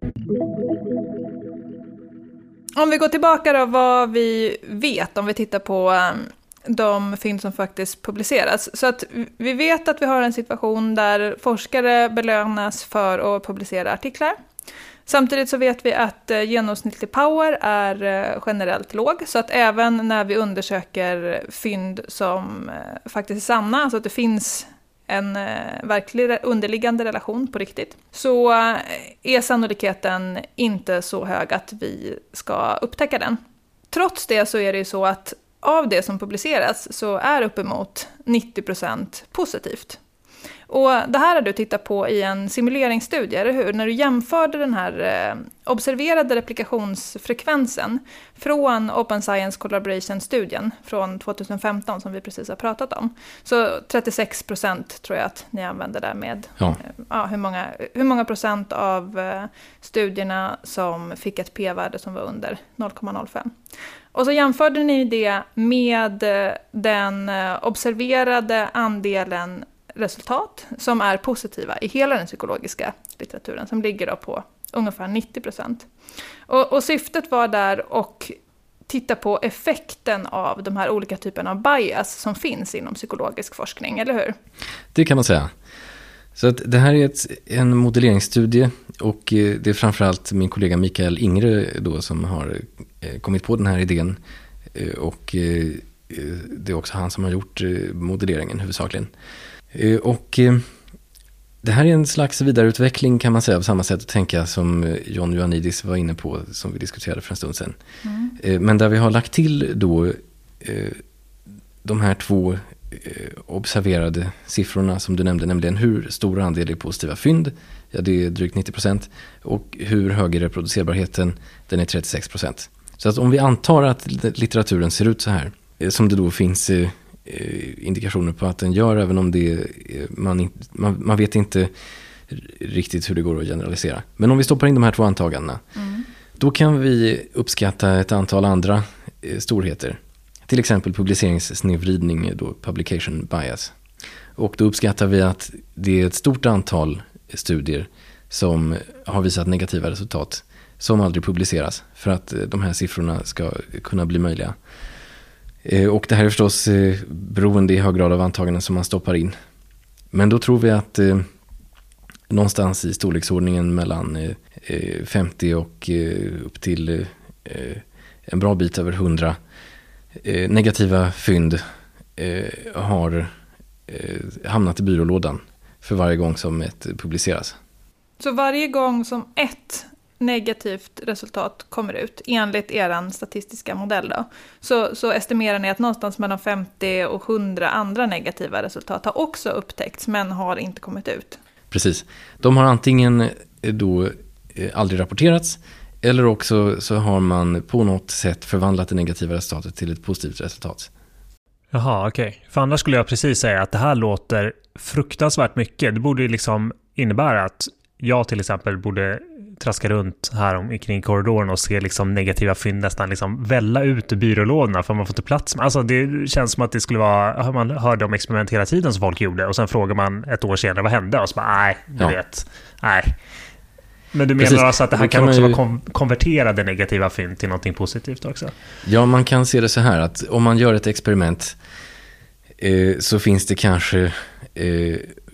Om vi går tillbaka då vad vi vet, om vi tittar på de fynd som faktiskt publiceras. Så att vi vet att vi har en situation där forskare belönas för att publicera artiklar. Samtidigt så vet vi att genomsnittlig power är generellt låg, så att även när vi undersöker fynd som faktiskt är sanna, alltså att det finns en verklig underliggande relation på riktigt, så är sannolikheten inte så hög att vi ska upptäcka den. Trots det så är det ju så att av det som publiceras så är uppemot nittio procent positivt. Och det här har du tittat på i en simuleringsstudie, eller hur? När du jämförde den här eh, observerade replikationsfrekvensen från Open Science Collaboration-studien från tjugohundrafemton som vi precis har pratat om. Så trettiosex procent tror jag att ni använder där med ja. eh, ja, hur, många, hur många procent av eh, studierna som fick ett p-värde som var under noll komma noll fem. Och så jämförde ni det med den observerade andelen resultat som är positiva i hela den psykologiska litteraturen, som ligger då på ungefär nittio procent. Och, och syftet var där att titta på effekten av de här olika typerna av bias som finns inom psykologisk forskning, eller hur? Det kan man säga. Så att det här är ett, en modelleringsstudie, och det är framförallt min kollega Mikael Ingre då som har kommit på den här idén, och det är också han som har gjort modelleringen huvudsakligen. Och det här är en slags vidareutveckling, kan man säga, av samma sätt att tänka som John Ioannidis var inne på, som vi diskuterade för en stund sedan. Mm. Men där vi har lagt till då de här två observerade siffrorna som du nämnde, nämligen hur stor andel är positiva fynd, ja det är drygt nittio procent, och hur hög är reproducerbarheten, den är trettiosex procent. Så att om vi antar att litteraturen ser ut så här, som det då finns indikationer på att den gör, även om det man, man, man vet inte riktigt hur det går att generalisera. Men om vi stoppar in de här två antagandena, mm. då kan vi uppskatta ett antal andra storheter. Till exempel publiceringssnedvridning, då publication bias. Och då uppskattar vi att det är ett stort antal studier som har visat negativa resultat som aldrig publiceras, för att de här siffrorna ska kunna bli möjliga. Och det här är förstås beroende i hög grad av antaganden som man stoppar in. Men då tror vi att eh, någonstans i storleksordningen mellan eh, femtio och eh, upp till eh, en bra bit över hundra eh, negativa fynd eh, har eh, hamnat i byrålådan för varje gång som ett publiceras. Så varje gång som ett negativt resultat kommer ut enligt er statistiska modell då, så, så estimerar ni att någonstans mellan femtio och hundra andra negativa resultat har också upptäckts men har inte kommit ut. Precis. De har antingen då aldrig rapporterats, eller också så har man på något sätt förvandlat det negativa resultatet till ett positivt resultat. Jaha, okej. Okay. För annars skulle jag precis säga att det här låter fruktansvärt mycket. Det borde liksom innebära att jag till exempel borde traska runt här om, kring korridoren och se liksom negativa fynd nästan liksom välla ut i byrålådorna för man får inte plats med. Alltså det känns som att det skulle vara, man hörde om experiment hela tiden som folk gjorde, och sen frågar man ett år senare vad hände, och så bara nej, du ja. vet, nej. Men du menar Precis. alltså att det här kan, kan också ju... vara konverterade negativa fynd till någonting positivt också? Ja, man kan se det så här att om man gör ett experiment eh, så finns det kanske eh,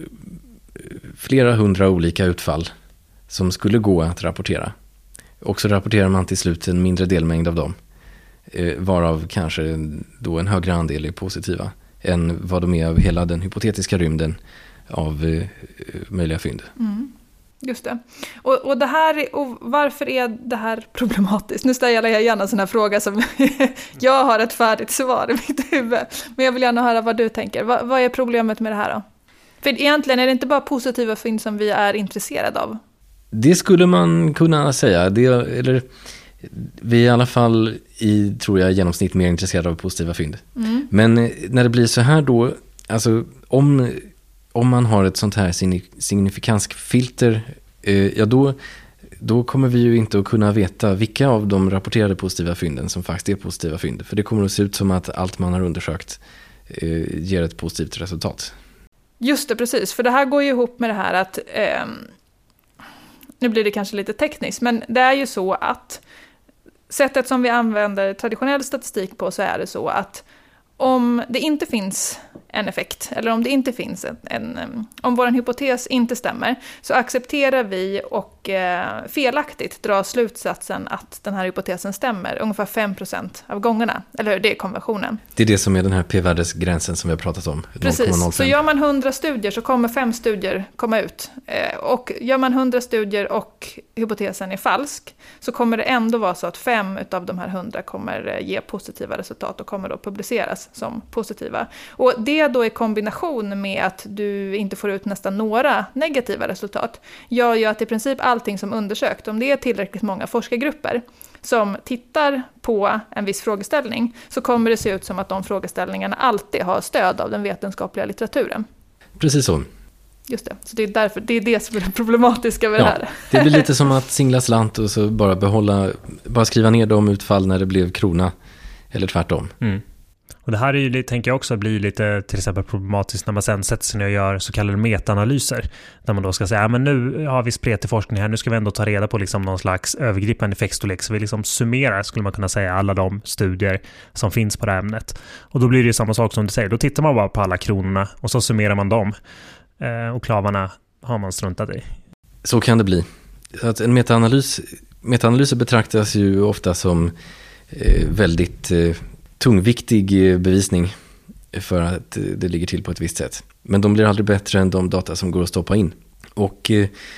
flera hundra olika utfall som skulle gå att rapportera. Och så rapporterar man till slut en mindre delmängd av dem, eh, varav kanske då en högre andel är positiva än vad de är av hela den hypotetiska rymden av eh, möjliga fynd. Mm. Just det. Och, och, det här, och varför är det här problematiskt? Nu ställer jag gärna en sån här fråga som jag har ett färdigt svar i mitt huvud. Men jag vill gärna höra vad du tänker. Va, vad är problemet med det här då? För egentligen är det inte bara positiva fynd som vi är intresserade av. Det skulle man kunna säga. Det, eller, vi är i alla fall i, tror jag, genomsnitt mer intresserade av positiva fynd. Mm. Men när det blir så här då, alltså om... Om man har ett sånt här signifikanskfilter, eh, ja då, då kommer vi ju inte att kunna veta vilka av de rapporterade positiva fynden som faktiskt är positiva fynd. För det kommer att se ut som att allt man har undersökt eh, ger ett positivt resultat. Just det, precis. För det här går ju ihop med det här att, eh, nu blir det kanske lite tekniskt, men det är ju så att sättet som vi använder traditionell statistik på, så är det så att om det inte finns en effekt, eller om det inte finns en, en om vår hypotes inte stämmer, så accepterar vi och eh, felaktigt drar slutsatsen att den här hypotesen stämmer ungefär fem procent av gångerna, eller hur? Det är konventionen. Det är det som är den här p-värdesgränsen som vi har pratat om. Precis, noll komma noll fem. Så gör man hundra studier så kommer fem studier komma ut. Eh, och gör man hundra studier och hypotesen är falsk, så kommer det ändå vara så att fem av de här hundra kommer ge positiva resultat och kommer då publiceras. räknas som positiva. Och det då i kombination med att du inte får ut nästan några negativa resultat gör ju att i princip allting som undersökt, om det är tillräckligt många forskargrupper som tittar på en viss frågeställning, så kommer det se ut som att de frågeställningarna alltid har stöd av den vetenskapliga litteraturen. Precis så. Just det, så det är därför, det är det som är det problematiska med ja, det här. Det blir lite som att singla slant och så bara behålla, bara skriva ner de utfall när det blev krona, eller tvärtom. Mm. Och det här är ju, tänker jag också, blir lite till exempel problematiskt när man sen sätter sig ner och gör så kallade metaanalyser. Där man då ska säga, ja, men nu har vi spretig forskning här, nu ska vi ändå ta reda på liksom någon slags övergripande effektstorlek. Så vi liksom summerar, skulle man kunna säga, alla de studier som finns på det här ämnet. Och då blir det ju samma sak som du säger. Då tittar man bara på alla kronorna och så summerar man dem. Och klavarna har man struntat i. Så kan det bli. Att en metaanalys, metaanalyser betraktas ju ofta som eh, väldigt eh, tungviktig bevisning för att det ligger till på ett visst sätt. Men de blir aldrig bättre än de data som går att stoppa in. Och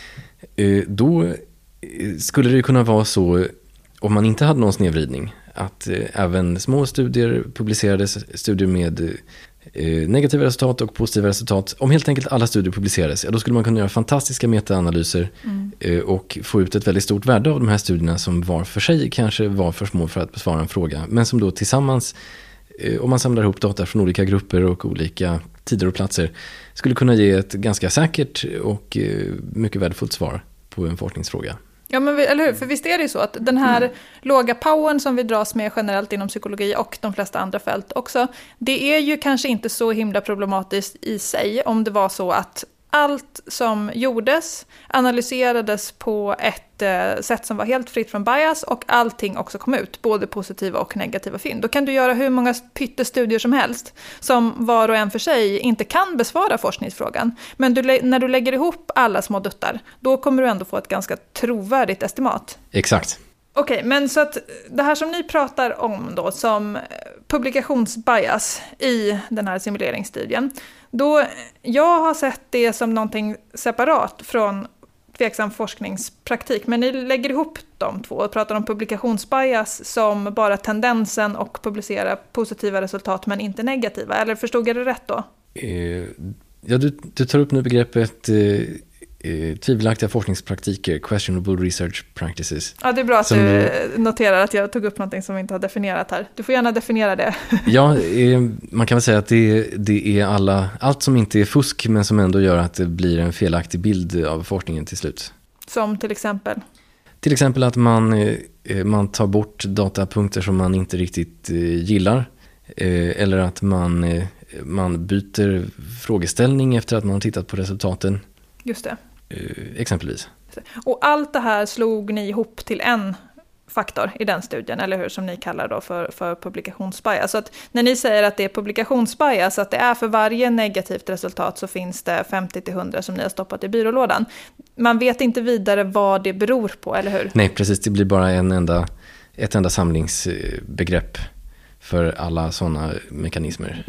eh, då skulle det ju kunna vara så, om man inte hade någon snedvridning, att eh, även små studier publicerades, studier med eh, negativa resultat och positiva resultat. Om helt enkelt alla studier publicerades, ja, då skulle man kunna göra fantastiska metaanalyser mm. eh, och få ut ett väldigt stort värde av de här studierna som var för sig kanske var för små för att besvara en fråga. Men som då tillsammans, eh, om man samlar ihop data från olika grupper och olika tider och platser, skulle kunna ge ett ganska säkert och eh, mycket värdefullt svar på en forskningsfråga. Ja, men vi, eller hur? För visst är det ju så att den här mm. låga powern som vi dras med generellt inom psykologi och de flesta andra fält också, det är ju kanske inte så himla problematiskt i sig om det var så att allt som gjordes analyserades på ett eh, sätt som var helt fritt från bias och allting också kom ut, både positiva och negativa fynd. Då kan du göra hur många pyttestudier som helst som var och en för sig inte kan besvara forskningsfrågan. Men du, när du lägger ihop alla små duttar, då kommer du ändå få ett ganska trovärdigt estimat. Exakt. Okej, okay, men så att det här som ni pratar om då som publikationsbias i den här simuleringsstudien, då jag har sett det som någonting separat från tveksam forskningspraktik, men ni lägger ihop de två och pratar om publikationsbias som bara tendensen och publicera positiva resultat men inte negativa, eller förstod jag det rätt då? Eh, ja, du, du tar upp nu begreppet eh, eh, tvivelaktiga forskningspraktiker, questionable research practices. Ja, det är bra att som, du noterar att jag tog upp någonting som vi inte har definierat här. Du får gärna definiera det. Ja, eh, man kan väl säga att det, det är alla, allt som inte är fusk men som ändå gör att det blir en felaktig bild av forskningen till slut. Som till exempel? Till exempel att man, eh, man tar bort datapunkter som man inte riktigt eh, gillar. Eh, eller att man, eh, man byter frågeställning efter att man har tittat på resultaten. Just det. Eh, exempelvis. Och allt det här slog ni ihop till en faktor i den studien, eller hur, som ni kallar då för, för publikationsbias. Så att när ni säger att det är publikationsbias, att det är för varje negativt resultat så finns det femtio till hundra som ni har stoppat i byrålådan. Man vet inte vidare vad det beror på, eller hur? Nej, precis. Det blir bara en enda, ett enda samlingsbegrepp för alla sådana mekanismer.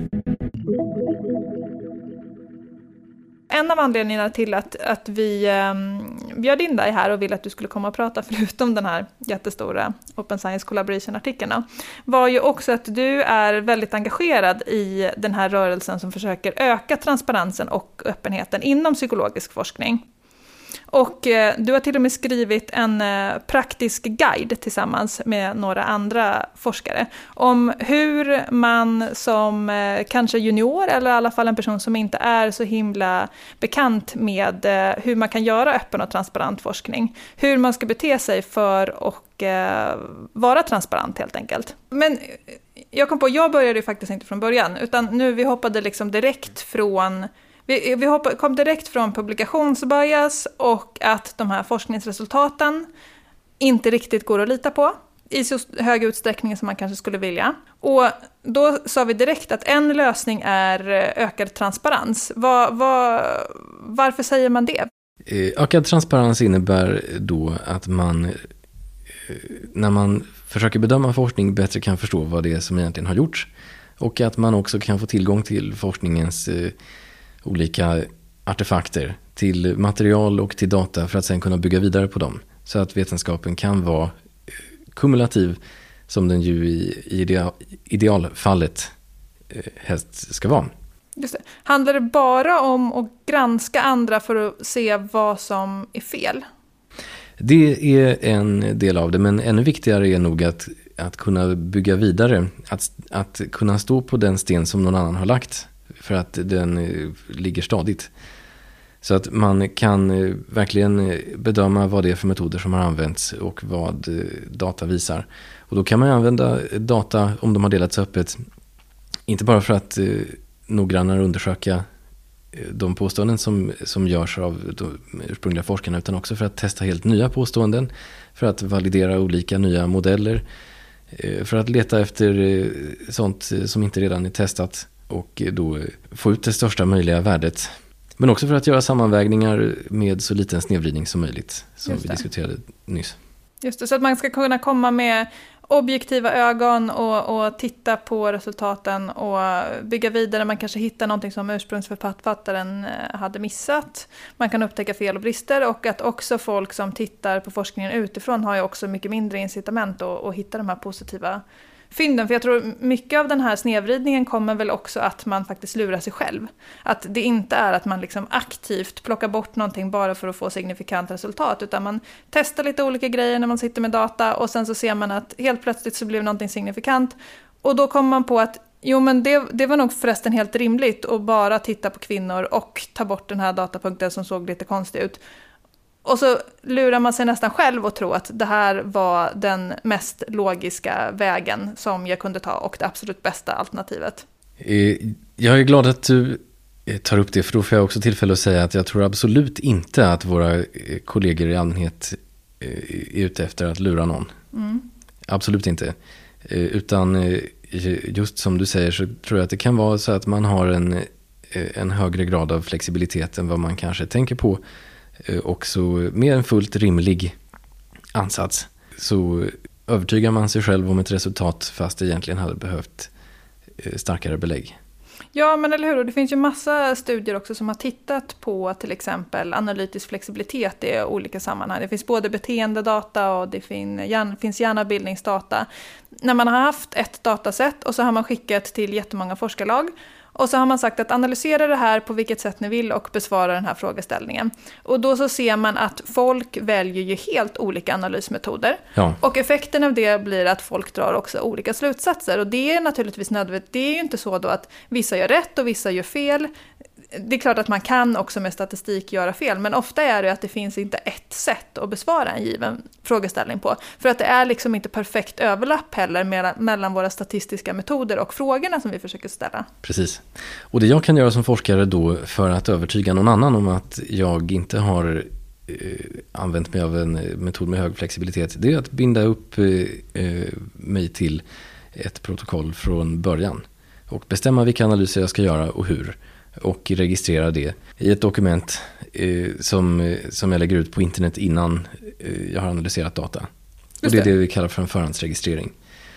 En av anledningarna till att, att vi um, bjöd in dig här och ville att du skulle komma och prata förutom den här jättestora Open Science Collaboration-artikeln var ju också att du är väldigt engagerad i den här rörelsen som försöker öka transparensen och öppenheten inom psykologisk forskning. Och eh, du har till och med skrivit en eh, praktisk guide tillsammans med några andra forskare om hur man som eh, kanske junior eller i alla fall en person som inte är så himla bekant med eh, hur man kan göra öppen och transparent forskning. Hur man ska bete sig för att eh, vara transparent helt enkelt. Men jag kom på, jag började ju faktiskt inte från början utan nu vi hoppade liksom direkt från Vi, vi hoppade, kom direkt från publikationsbias och att de här forskningsresultaten inte riktigt går att lita på i så hög utsträckning som man kanske skulle vilja. Och då sa vi direkt att en lösning är ökad transparens. Var, var, varför säger man det? Ökad transparens innebär då att man, när man försöker bedöma forskning, bättre kan förstå vad det är som egentligen har gjorts. Och att man också kan få tillgång till forskningens olika artefakter, till material och till data för att sen kunna bygga vidare på dem. Så att vetenskapen kan vara kumulativ som den ju i, i ideal, idealfallet helst ska vara. Just det. Handlar det bara om att granska andra för att se vad som är fel? Det är en del av det, men ännu viktigare är nog att, att kunna bygga vidare. Att, att kunna stå på den sten som någon annan har lagt för att den ligger stadigt. Så att man kan verkligen bedöma vad det är för metoder som har använts och vad data visar. Och då kan man använda data, om de har delats öppet, inte bara för att noggrannare undersöka de påståenden som, som görs av de ursprungliga forskarna, utan också för att testa helt nya påståenden, för att validera olika nya modeller, för att leta efter sånt som inte redan är testat och då få ut det största möjliga värdet. Men också för att göra sammanvägningar med så liten snedvridning som möjligt, som vi diskuterade nyss. Just det, så att man ska kunna komma med objektiva ögon och, och titta på resultaten och bygga vidare. Man kanske hittar någonting som ursprungsförfattaren hade missat. Man kan upptäcka fel och brister, och att också folk som tittar på forskningen utifrån har ju också mycket mindre incitament att, att hitta de här positiva fynden. För jag tror mycket av den här snedvridningen kommer väl också att man faktiskt lurar sig själv. Att det inte är att man liksom aktivt plockar bort någonting bara för att få signifikant resultat, utan man testar lite olika grejer när man sitter med data, och sen så ser man att helt plötsligt så blev någonting signifikant, och då kommer man på att jo, men det, det var nog förresten helt rimligt att bara titta på kvinnor och ta bort den här datapunkten som såg lite konstig ut. Och så lurar man sig nästan själv och tror att det här var den mest logiska vägen som jag kunde ta och det absolut bästa alternativet. Jag är glad att du tar upp det, för då får jag också tillfälle att säga att jag tror absolut inte att våra kollegor i allmänhet är ute efter att lura någon. Mm. Absolut inte. Utan just som du säger så tror jag att det kan vara så att man har en, en högre grad av flexibilitet än vad man kanske tänker på. Också med en fullt rimlig ansats så övertygar man sig själv om ett resultat fast det egentligen hade behövt starkare belägg. Ja, men eller hur? Och det finns ju massa studier också som har tittat på till exempel analytisk flexibilitet i olika sammanhang. Det finns både beteendedata och det finns hjärnbildningsdata. När man har haft ett dataset och så har man skickat till jättemånga forskarlag, och så har man sagt att analysera det här på vilket sätt ni vill och besvara den här frågeställningen. Och då så ser man att folk väljer ju helt olika analysmetoder. Ja. Och effekten av det blir att folk drar också olika slutsatser. Och det är naturligtvis nödvändigt. Det är ju inte så då att vissa gör rätt och vissa gör fel. Det är klart att man kan också med statistik göra fel, men ofta är det att det finns inte ett sätt att besvara en given frågeställning på. För att det är liksom inte perfekt överlapp heller mellan, mellan våra statistiska metoder och frågorna som vi försöker ställa. Precis. Och det jag kan göra som forskare då för att övertyga någon annan om att jag inte har eh, använt mig av en metod med hög flexibilitet, det är att binda upp eh, mig till ett protokoll från början och bestämma vilka analyser jag ska göra och hur. Och registrera det i ett dokument eh, som, som jag lägger ut på internet innan eh, jag har analyserat data. Och det är det vi kallar för en förhandsregistrering.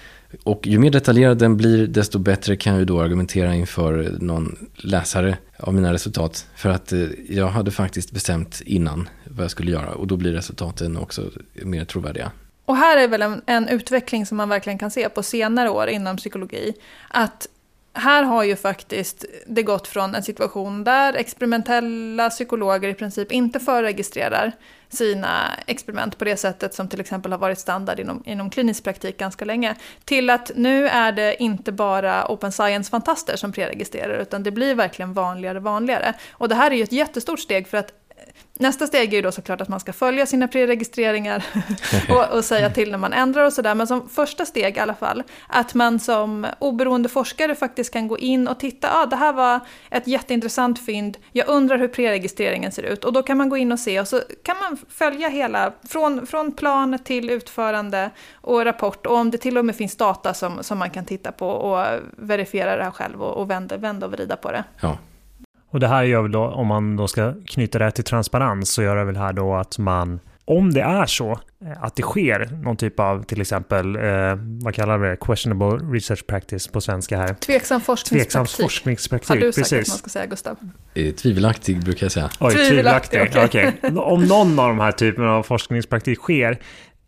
Och ju mer detaljerad den blir, desto bättre kan jag då argumentera inför någon läsare av mina resultat. För att eh, jag hade faktiskt bestämt innan vad jag skulle göra, och då blir resultaten också mer trovärdiga. Och här är väl en, en utveckling som man verkligen kan se på senare år inom psykologi, att här har ju faktiskt det gått från en situation där experimentella psykologer i princip inte förregistrerar sina experiment på det sättet som till exempel har varit standard inom, inom klinisk praktik ganska länge, till att nu är det inte bara open science-fantaster som preregistrerar, utan det blir verkligen vanligare och vanligare. Och det här är ju ett jättestort steg, för att nästa steg är ju då såklart att man ska följa sina preregistreringar och, och säga till när man ändrar och sådär. Men som första steg i alla fall, att man som oberoende forskare faktiskt kan gå in och titta, ja ah, det här var ett jätteintressant fynd, jag undrar hur preregistreringen ser ut. Och då kan man gå in och se, och så kan man följa hela, från, från plan till utförande och rapport. Och om det till och med finns data som, som man kan titta på och verifiera det här själv och, och vända, vända och vrida på det. Ja. Och det här gör väl då, om man då ska knyta det till transparens, så gör det väl här då att man, om det är så att det sker någon typ av till exempel, eh, vad kallar vi det, questionable research practice på svenska här. Tveksam forskningspraktik. Tveksam forskningspraktik, har du sagt precis. Att man ska säga, Gustav? Eh, tvivelaktig brukar jag säga. Oj, tvivelaktig, okej. Okay. Om någon av de här typerna av forskningspraktik sker,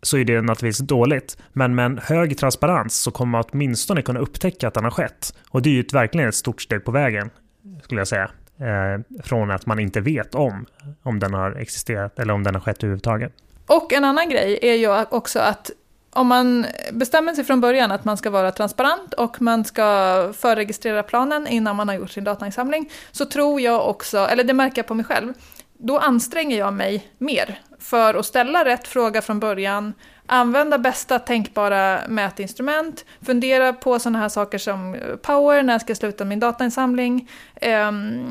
så är det naturligtvis dåligt. Men med en hög transparens så kommer man åtminstone kunna upptäcka att den har skett. Och det är ju ett, verkligen ett stort steg på vägen, skulle jag säga. Eh, från att man inte vet om om den har existerat eller om den har skett överhuvudtaget. Och en annan grej är ju också att om man bestämmer sig från början att man ska vara transparent och man ska förregistrera planen innan man har gjort sin datainsamling, så tror jag också, eller det märker jag på mig själv, då anstränger jag mig mer för att ställa rätt fråga från början, använda bästa tänkbara mätinstrument, fundera på sådana här saker som power, när jag ska sluta min datainsamling, eh,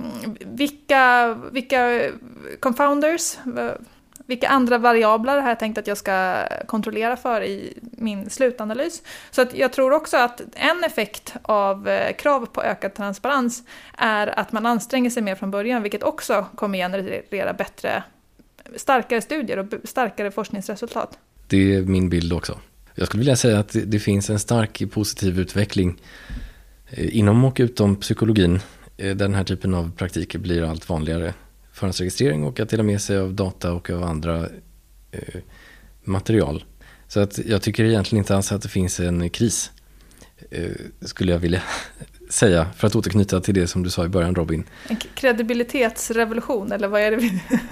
vilka, vilka confounders, vilka andra variabler har jag tänkt att jag ska kontrollera för i min slutanalys. Så att jag tror också att en effekt av krav på ökad transparens är att man anstränger sig mer från början, vilket också kommer generera bättre, starkare studier och starkare forskningsresultat. Det är min bild också. Jag skulle vilja säga att det, det finns en stark positiv utveckling inom och utom psykologin. Den här typen av praktiker blir allt vanligare. Förhandsregistrering och att dela med sig av data och av andra eh, material. Så att jag tycker egentligen inte alls att det finns en kris, eh, skulle jag vilja säga, för att återknyta till det som du sa i början, Robin. En kredibilitetsrevolution, eller vad är det?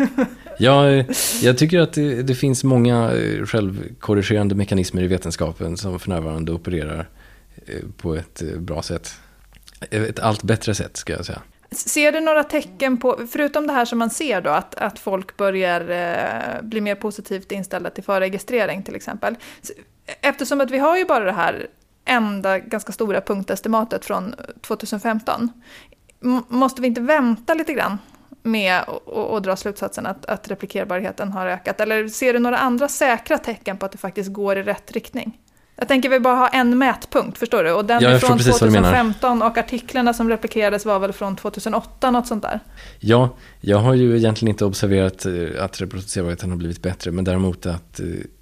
Ja, jag tycker att det, det finns många självkorrigerande mekanismer i vetenskapen som för närvarande opererar eh, på ett bra sätt. Ett allt bättre sätt, ska jag säga. Ser du några tecken på, förutom det här som man ser då, att, att folk börjar eh, bli mer positivt inställda till förregistrering till exempel. Eftersom att vi har ju bara det här enda ganska stora punktestimatet från tjugohundrafemton. M- måste vi inte vänta lite grann med att dra slutsatsen att, att replikerbarheten har ökat? Eller ser du några andra säkra tecken på att det faktiskt går i rätt riktning? Jag tänker vi bara ha en mätpunkt, förstår du? Och den ja, är från tjugohundrafemton och artiklarna som replikerades var väl från tjugohundraåtta, något sånt där. Ja, jag har ju egentligen inte observerat att reproducerbarheten har blivit bättre, men däremot att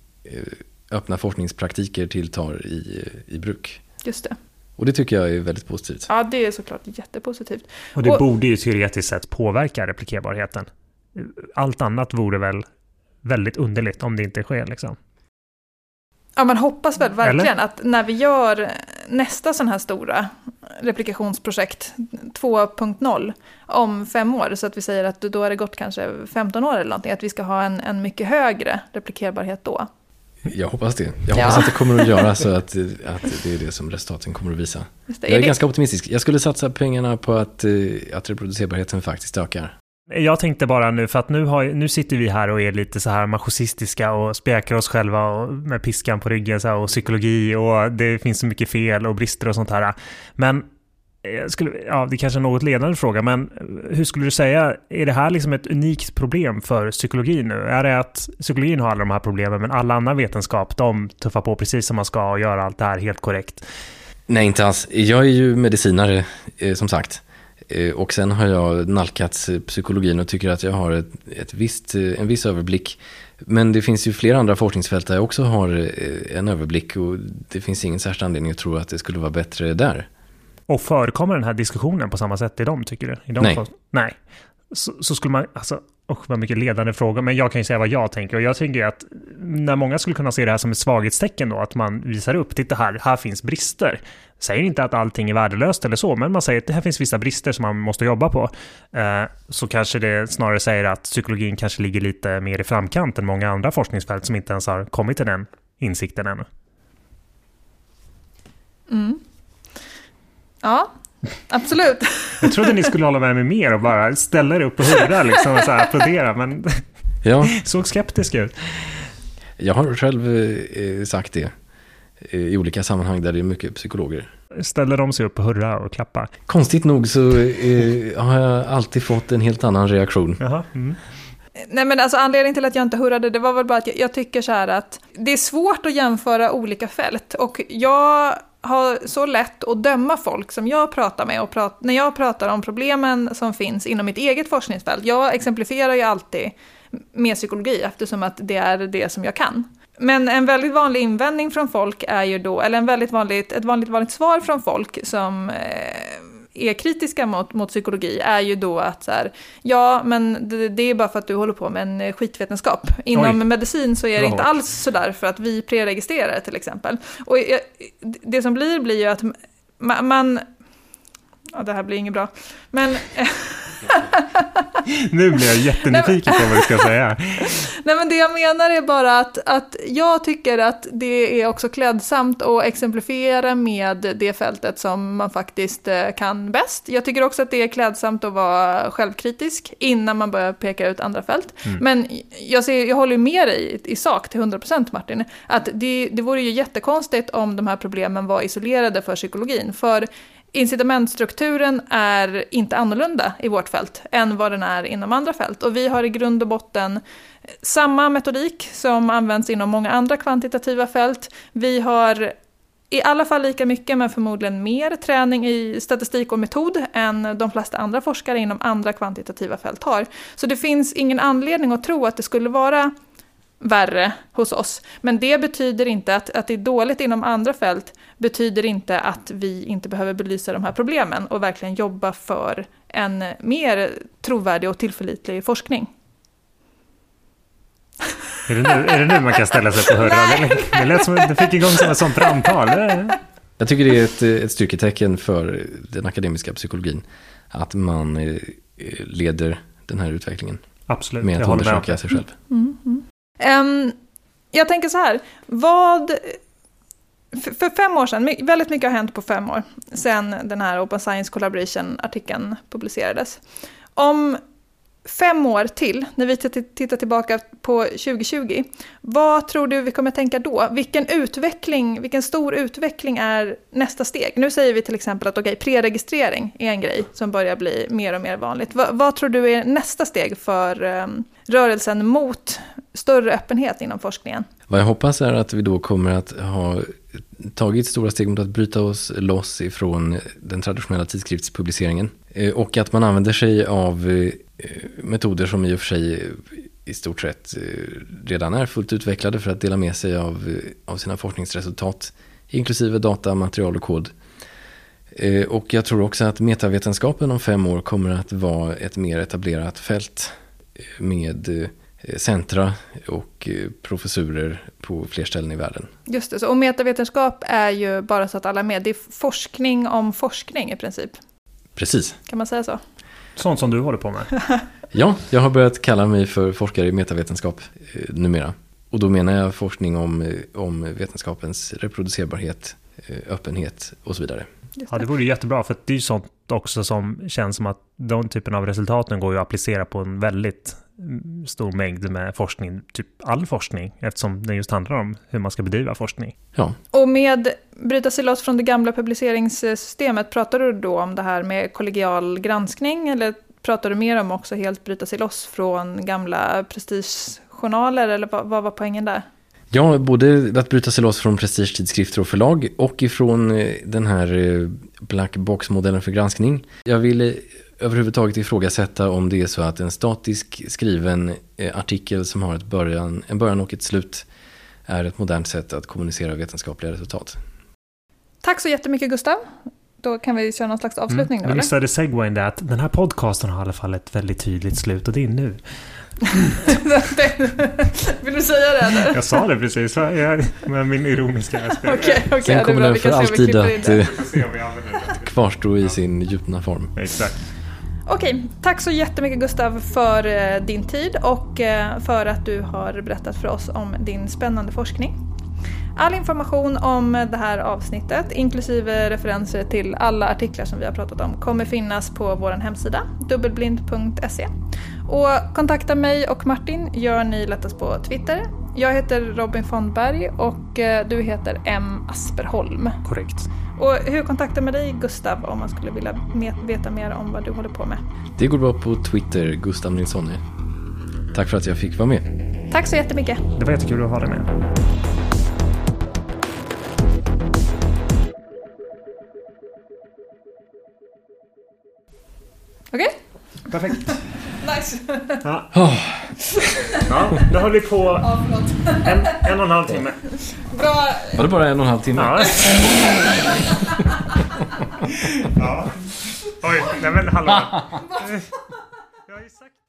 öppna forskningspraktiker tilltar i, i bruk. Just det. Och det tycker jag är väldigt positivt. Ja, det är såklart jättepositivt. Och det och, borde ju teoretiskt sett påverka replikerbarheten. Allt annat vore väl väldigt underligt om det inte sker liksom. Ja, man hoppas väl verkligen Eller? Att när vi gör nästa sån här stora replikationsprojekt två punkt noll om fem år, så att vi säger att då är det gått kanske femton år eller någonting, att vi ska ha en, en mycket högre replikerbarhet då. Jag hoppas det. Jag hoppas ja. att det kommer att göra så att, att det är det som resultaten kommer att visa. Just det. Jag är, är det... ganska optimistisk. Jag skulle satsa pengarna på att, att reproducerbarheten faktiskt ökar. Jag tänkte bara nu, för att nu, har, nu sitter vi här och är lite så här machoistiska och spjäkar oss själva och med piskan på ryggen så här, och psykologi och det finns så mycket fel och brister och sånt här. Men jag skulle, ja, det är kanske är något ledande fråga, men hur skulle du säga, är det här liksom ett unikt problem för psykologi nu? Är det att psykologin har alla de här problemen men alla andra vetenskap, de tuffar på precis som man ska och gör allt det här helt korrekt? Nej, inte alls. Jag är ju medicinare, eh, som sagt. Och sen har jag nalkats psykologin och tycker att jag har ett, ett visst, en viss överblick. Men det finns ju flera andra forskningsfält där jag också har en överblick och det finns ingen särskild anledning att tro att det skulle vara bättre där. Och förekommer den här diskussionen på samma sätt i dem, tycker du? I de Nej. For- Nej. Så, så skulle man, alltså, och vad mycket ledande frågor, men jag kan ju säga vad jag tänker. Och jag tänker att när många skulle kunna se det här som ett svaghetstecken då, att man visar upp, titta här, här finns brister. Säger inte att allting är värdelöst eller så, men man säger att det här finns vissa brister som man måste jobba på. Eh, så kanske det snarare säger att psykologin kanske ligger lite mer i framkant än många andra forskningsfält som inte ens har kommit till den insikten ännu. Mm. Ja, absolut. Jag trodde ni skulle hålla med mig mer och bara ställa er upp och hurra liksom, och så här applådera, men ja. såg skeptisk ut. Jag har själv eh, sagt det i olika sammanhang där det är mycket psykologer. Ställer de sig upp och hurra och klappa? Konstigt nog så eh, har jag alltid fått en helt annan reaktion. Jaha. Mm. Nej, men alltså anledningen till att jag inte hurrade, det var väl bara att jag, jag tycker så här att det är svårt att jämföra olika fält och jag har så lätt att döma folk som jag pratar med och prat, när jag pratar om problemen som finns inom mitt eget forskningsfält. Jag exemplifierar ju alltid med psykologi eftersom att det är det som jag kan. Men en väldigt vanlig invändning från folk är ju då, eller en väldigt vanligt, ett vanligt vanligt svar från folk som eh, är kritiska mot, mot psykologi är ju då att så här, ja, men det, det är bara för att du håller på med en skitvetenskap. Inom Oj. medicin så är det inte alls så där för att vi preregistrerar till exempel. Och jag, det som blir blir ju att man, man ja, det här blir inget bra, men nu blir jag jättenyfiken på vad du ska säga. Nej, men det jag menar är bara att, att jag tycker att det är också klädsamt att exemplifiera med det fältet som man faktiskt kan bäst. Jag tycker också att det är klädsamt att vara självkritisk innan man börjar peka ut andra fält. Mm. Men jag, ser, jag håller med dig i, i sak till hundra procent, Martin, att det, det vore ju jättekonstigt om de här problemen var isolerade för psykologin. För incitamentstrukturen är inte annorlunda i vårt fält än vad den är inom andra fält. Och vi har i grund och botten samma metodik som används inom många andra kvantitativa fält. Vi har i alla fall lika mycket, men förmodligen mer träning i statistik och metod än de flesta andra forskare inom andra kvantitativa fält har. Så det finns ingen anledning att tro att det skulle vara värre hos oss. Men det betyder inte att, att det är dåligt inom andra fält, betyder inte att vi inte behöver belysa de här problemen och verkligen jobba för en mer trovärdig och tillförlitlig forskning. Är det nu, är det nu man kan ställa sig på hörran? Det, det lät som att det fick igång som ett sånt framtal. Jag tycker det är ett, ett styrketecken för den akademiska psykologin att man leder den här utvecklingen. Absolut, med att undersöka sig själv. Mm, mm. Um, jag tänker så här, vad för, för fem år sedan, väldigt mycket har hänt på fem år sedan den här Open Science Collaboration-artikeln publicerades. Om fem år till, när vi tittar tillbaka på tjugo tjugo, vad tror du vi kommer tänka då? Vilken utveckling, vilken stor utveckling är nästa steg? Nu säger vi till exempel att okej, preregistrering är en grej som börjar bli mer och mer vanligt. Va, vad tror du är nästa steg för um, rörelsen mot större öppenhet inom forskningen? Vad jag hoppas är att vi då kommer att ha tagit stora steg mot att bryta oss loss ifrån den traditionella tidskriftspubliceringen och att man använder sig av metoder som i och för sig i stort sett redan är fullt utvecklade för att dela med sig av, av sina forskningsresultat, inklusive data, material och kod. Och jag tror också att metavetenskapen om fem år kommer att vara ett mer etablerat fält med centra och professurer på fler ställen i världen. Just det, så, och metavetenskap är ju bara så att alla är med. Det är forskning om forskning i princip. Precis. Kan man säga så? Sånt som du håller på med. Ja, jag har börjat kalla mig för forskare i metavetenskap eh, numera. Och då menar jag forskning om, om vetenskapens reproducerbarhet, eh, öppenhet och så vidare. Ja, det vore jättebra, för det är ju sånt också som känns som att de typen av resultaten går ju att applicera på en väldigt stor mängd med forskning, typ all forskning, eftersom det just handlar om hur man ska bedriva forskning. Ja. Och med bryta sig loss från det gamla publiceringssystemet, pratar du då om det här med kollegial granskning, eller pratar du mer om också helt bryta sig loss från gamla prestigejournaler, eller vad, vad var poängen där? Ja, både att bryta sig loss från prestigetidskrifter och förlag och ifrån den här black box-modellen för granskning. Jag vill överhuvudtaget ifrågasätta om det är så att en statisk skriven artikel som har ett början, en början och ett slut är ett modernt sätt att kommunicera vetenskapliga resultat. Tack så jättemycket, Gustav. Då kan vi köra någon slags avslutning mm. nu, eller? Visst är det segwayen där att den här podcasten har i alla fall ett väldigt tydligt slut, och det är nu. Vill du säga det eller? Jag sa det precis med min ironiska aspekt. Okay, okay, Sen kommer den för alltid att kvarstå i sin djupna form. Exakt. Okej, tack så jättemycket, Gustav, för din tid och för att du har berättat för oss om din spännande forskning. All information om det här avsnittet, inklusive referenser till alla artiklar som vi har pratat om, kommer finnas på vår hemsida dubbelblind punkt se. Och kontakta mig och Martin gör ni lättast på Twitter. Jag heter Robin Fondberg och du heter M. Asperholm. Korrekt. Och hur kontaktar man dig, Gustav, om man skulle vilja veta mer om vad du håller på med? Det går bra på Twitter, Gustav Nilsson. Tack för att jag fick vara med. Tack så jättemycket. Det var jättekul att ha dig med. Okej? Okay? Perfekt. Nice. Ja. Oh. Ja, då höll vi på ja, en, en och en halv timme. Bra. Var det bara en och en halv timme? Ja. Ja. Oj, nej men hallå. Jag har ju sagt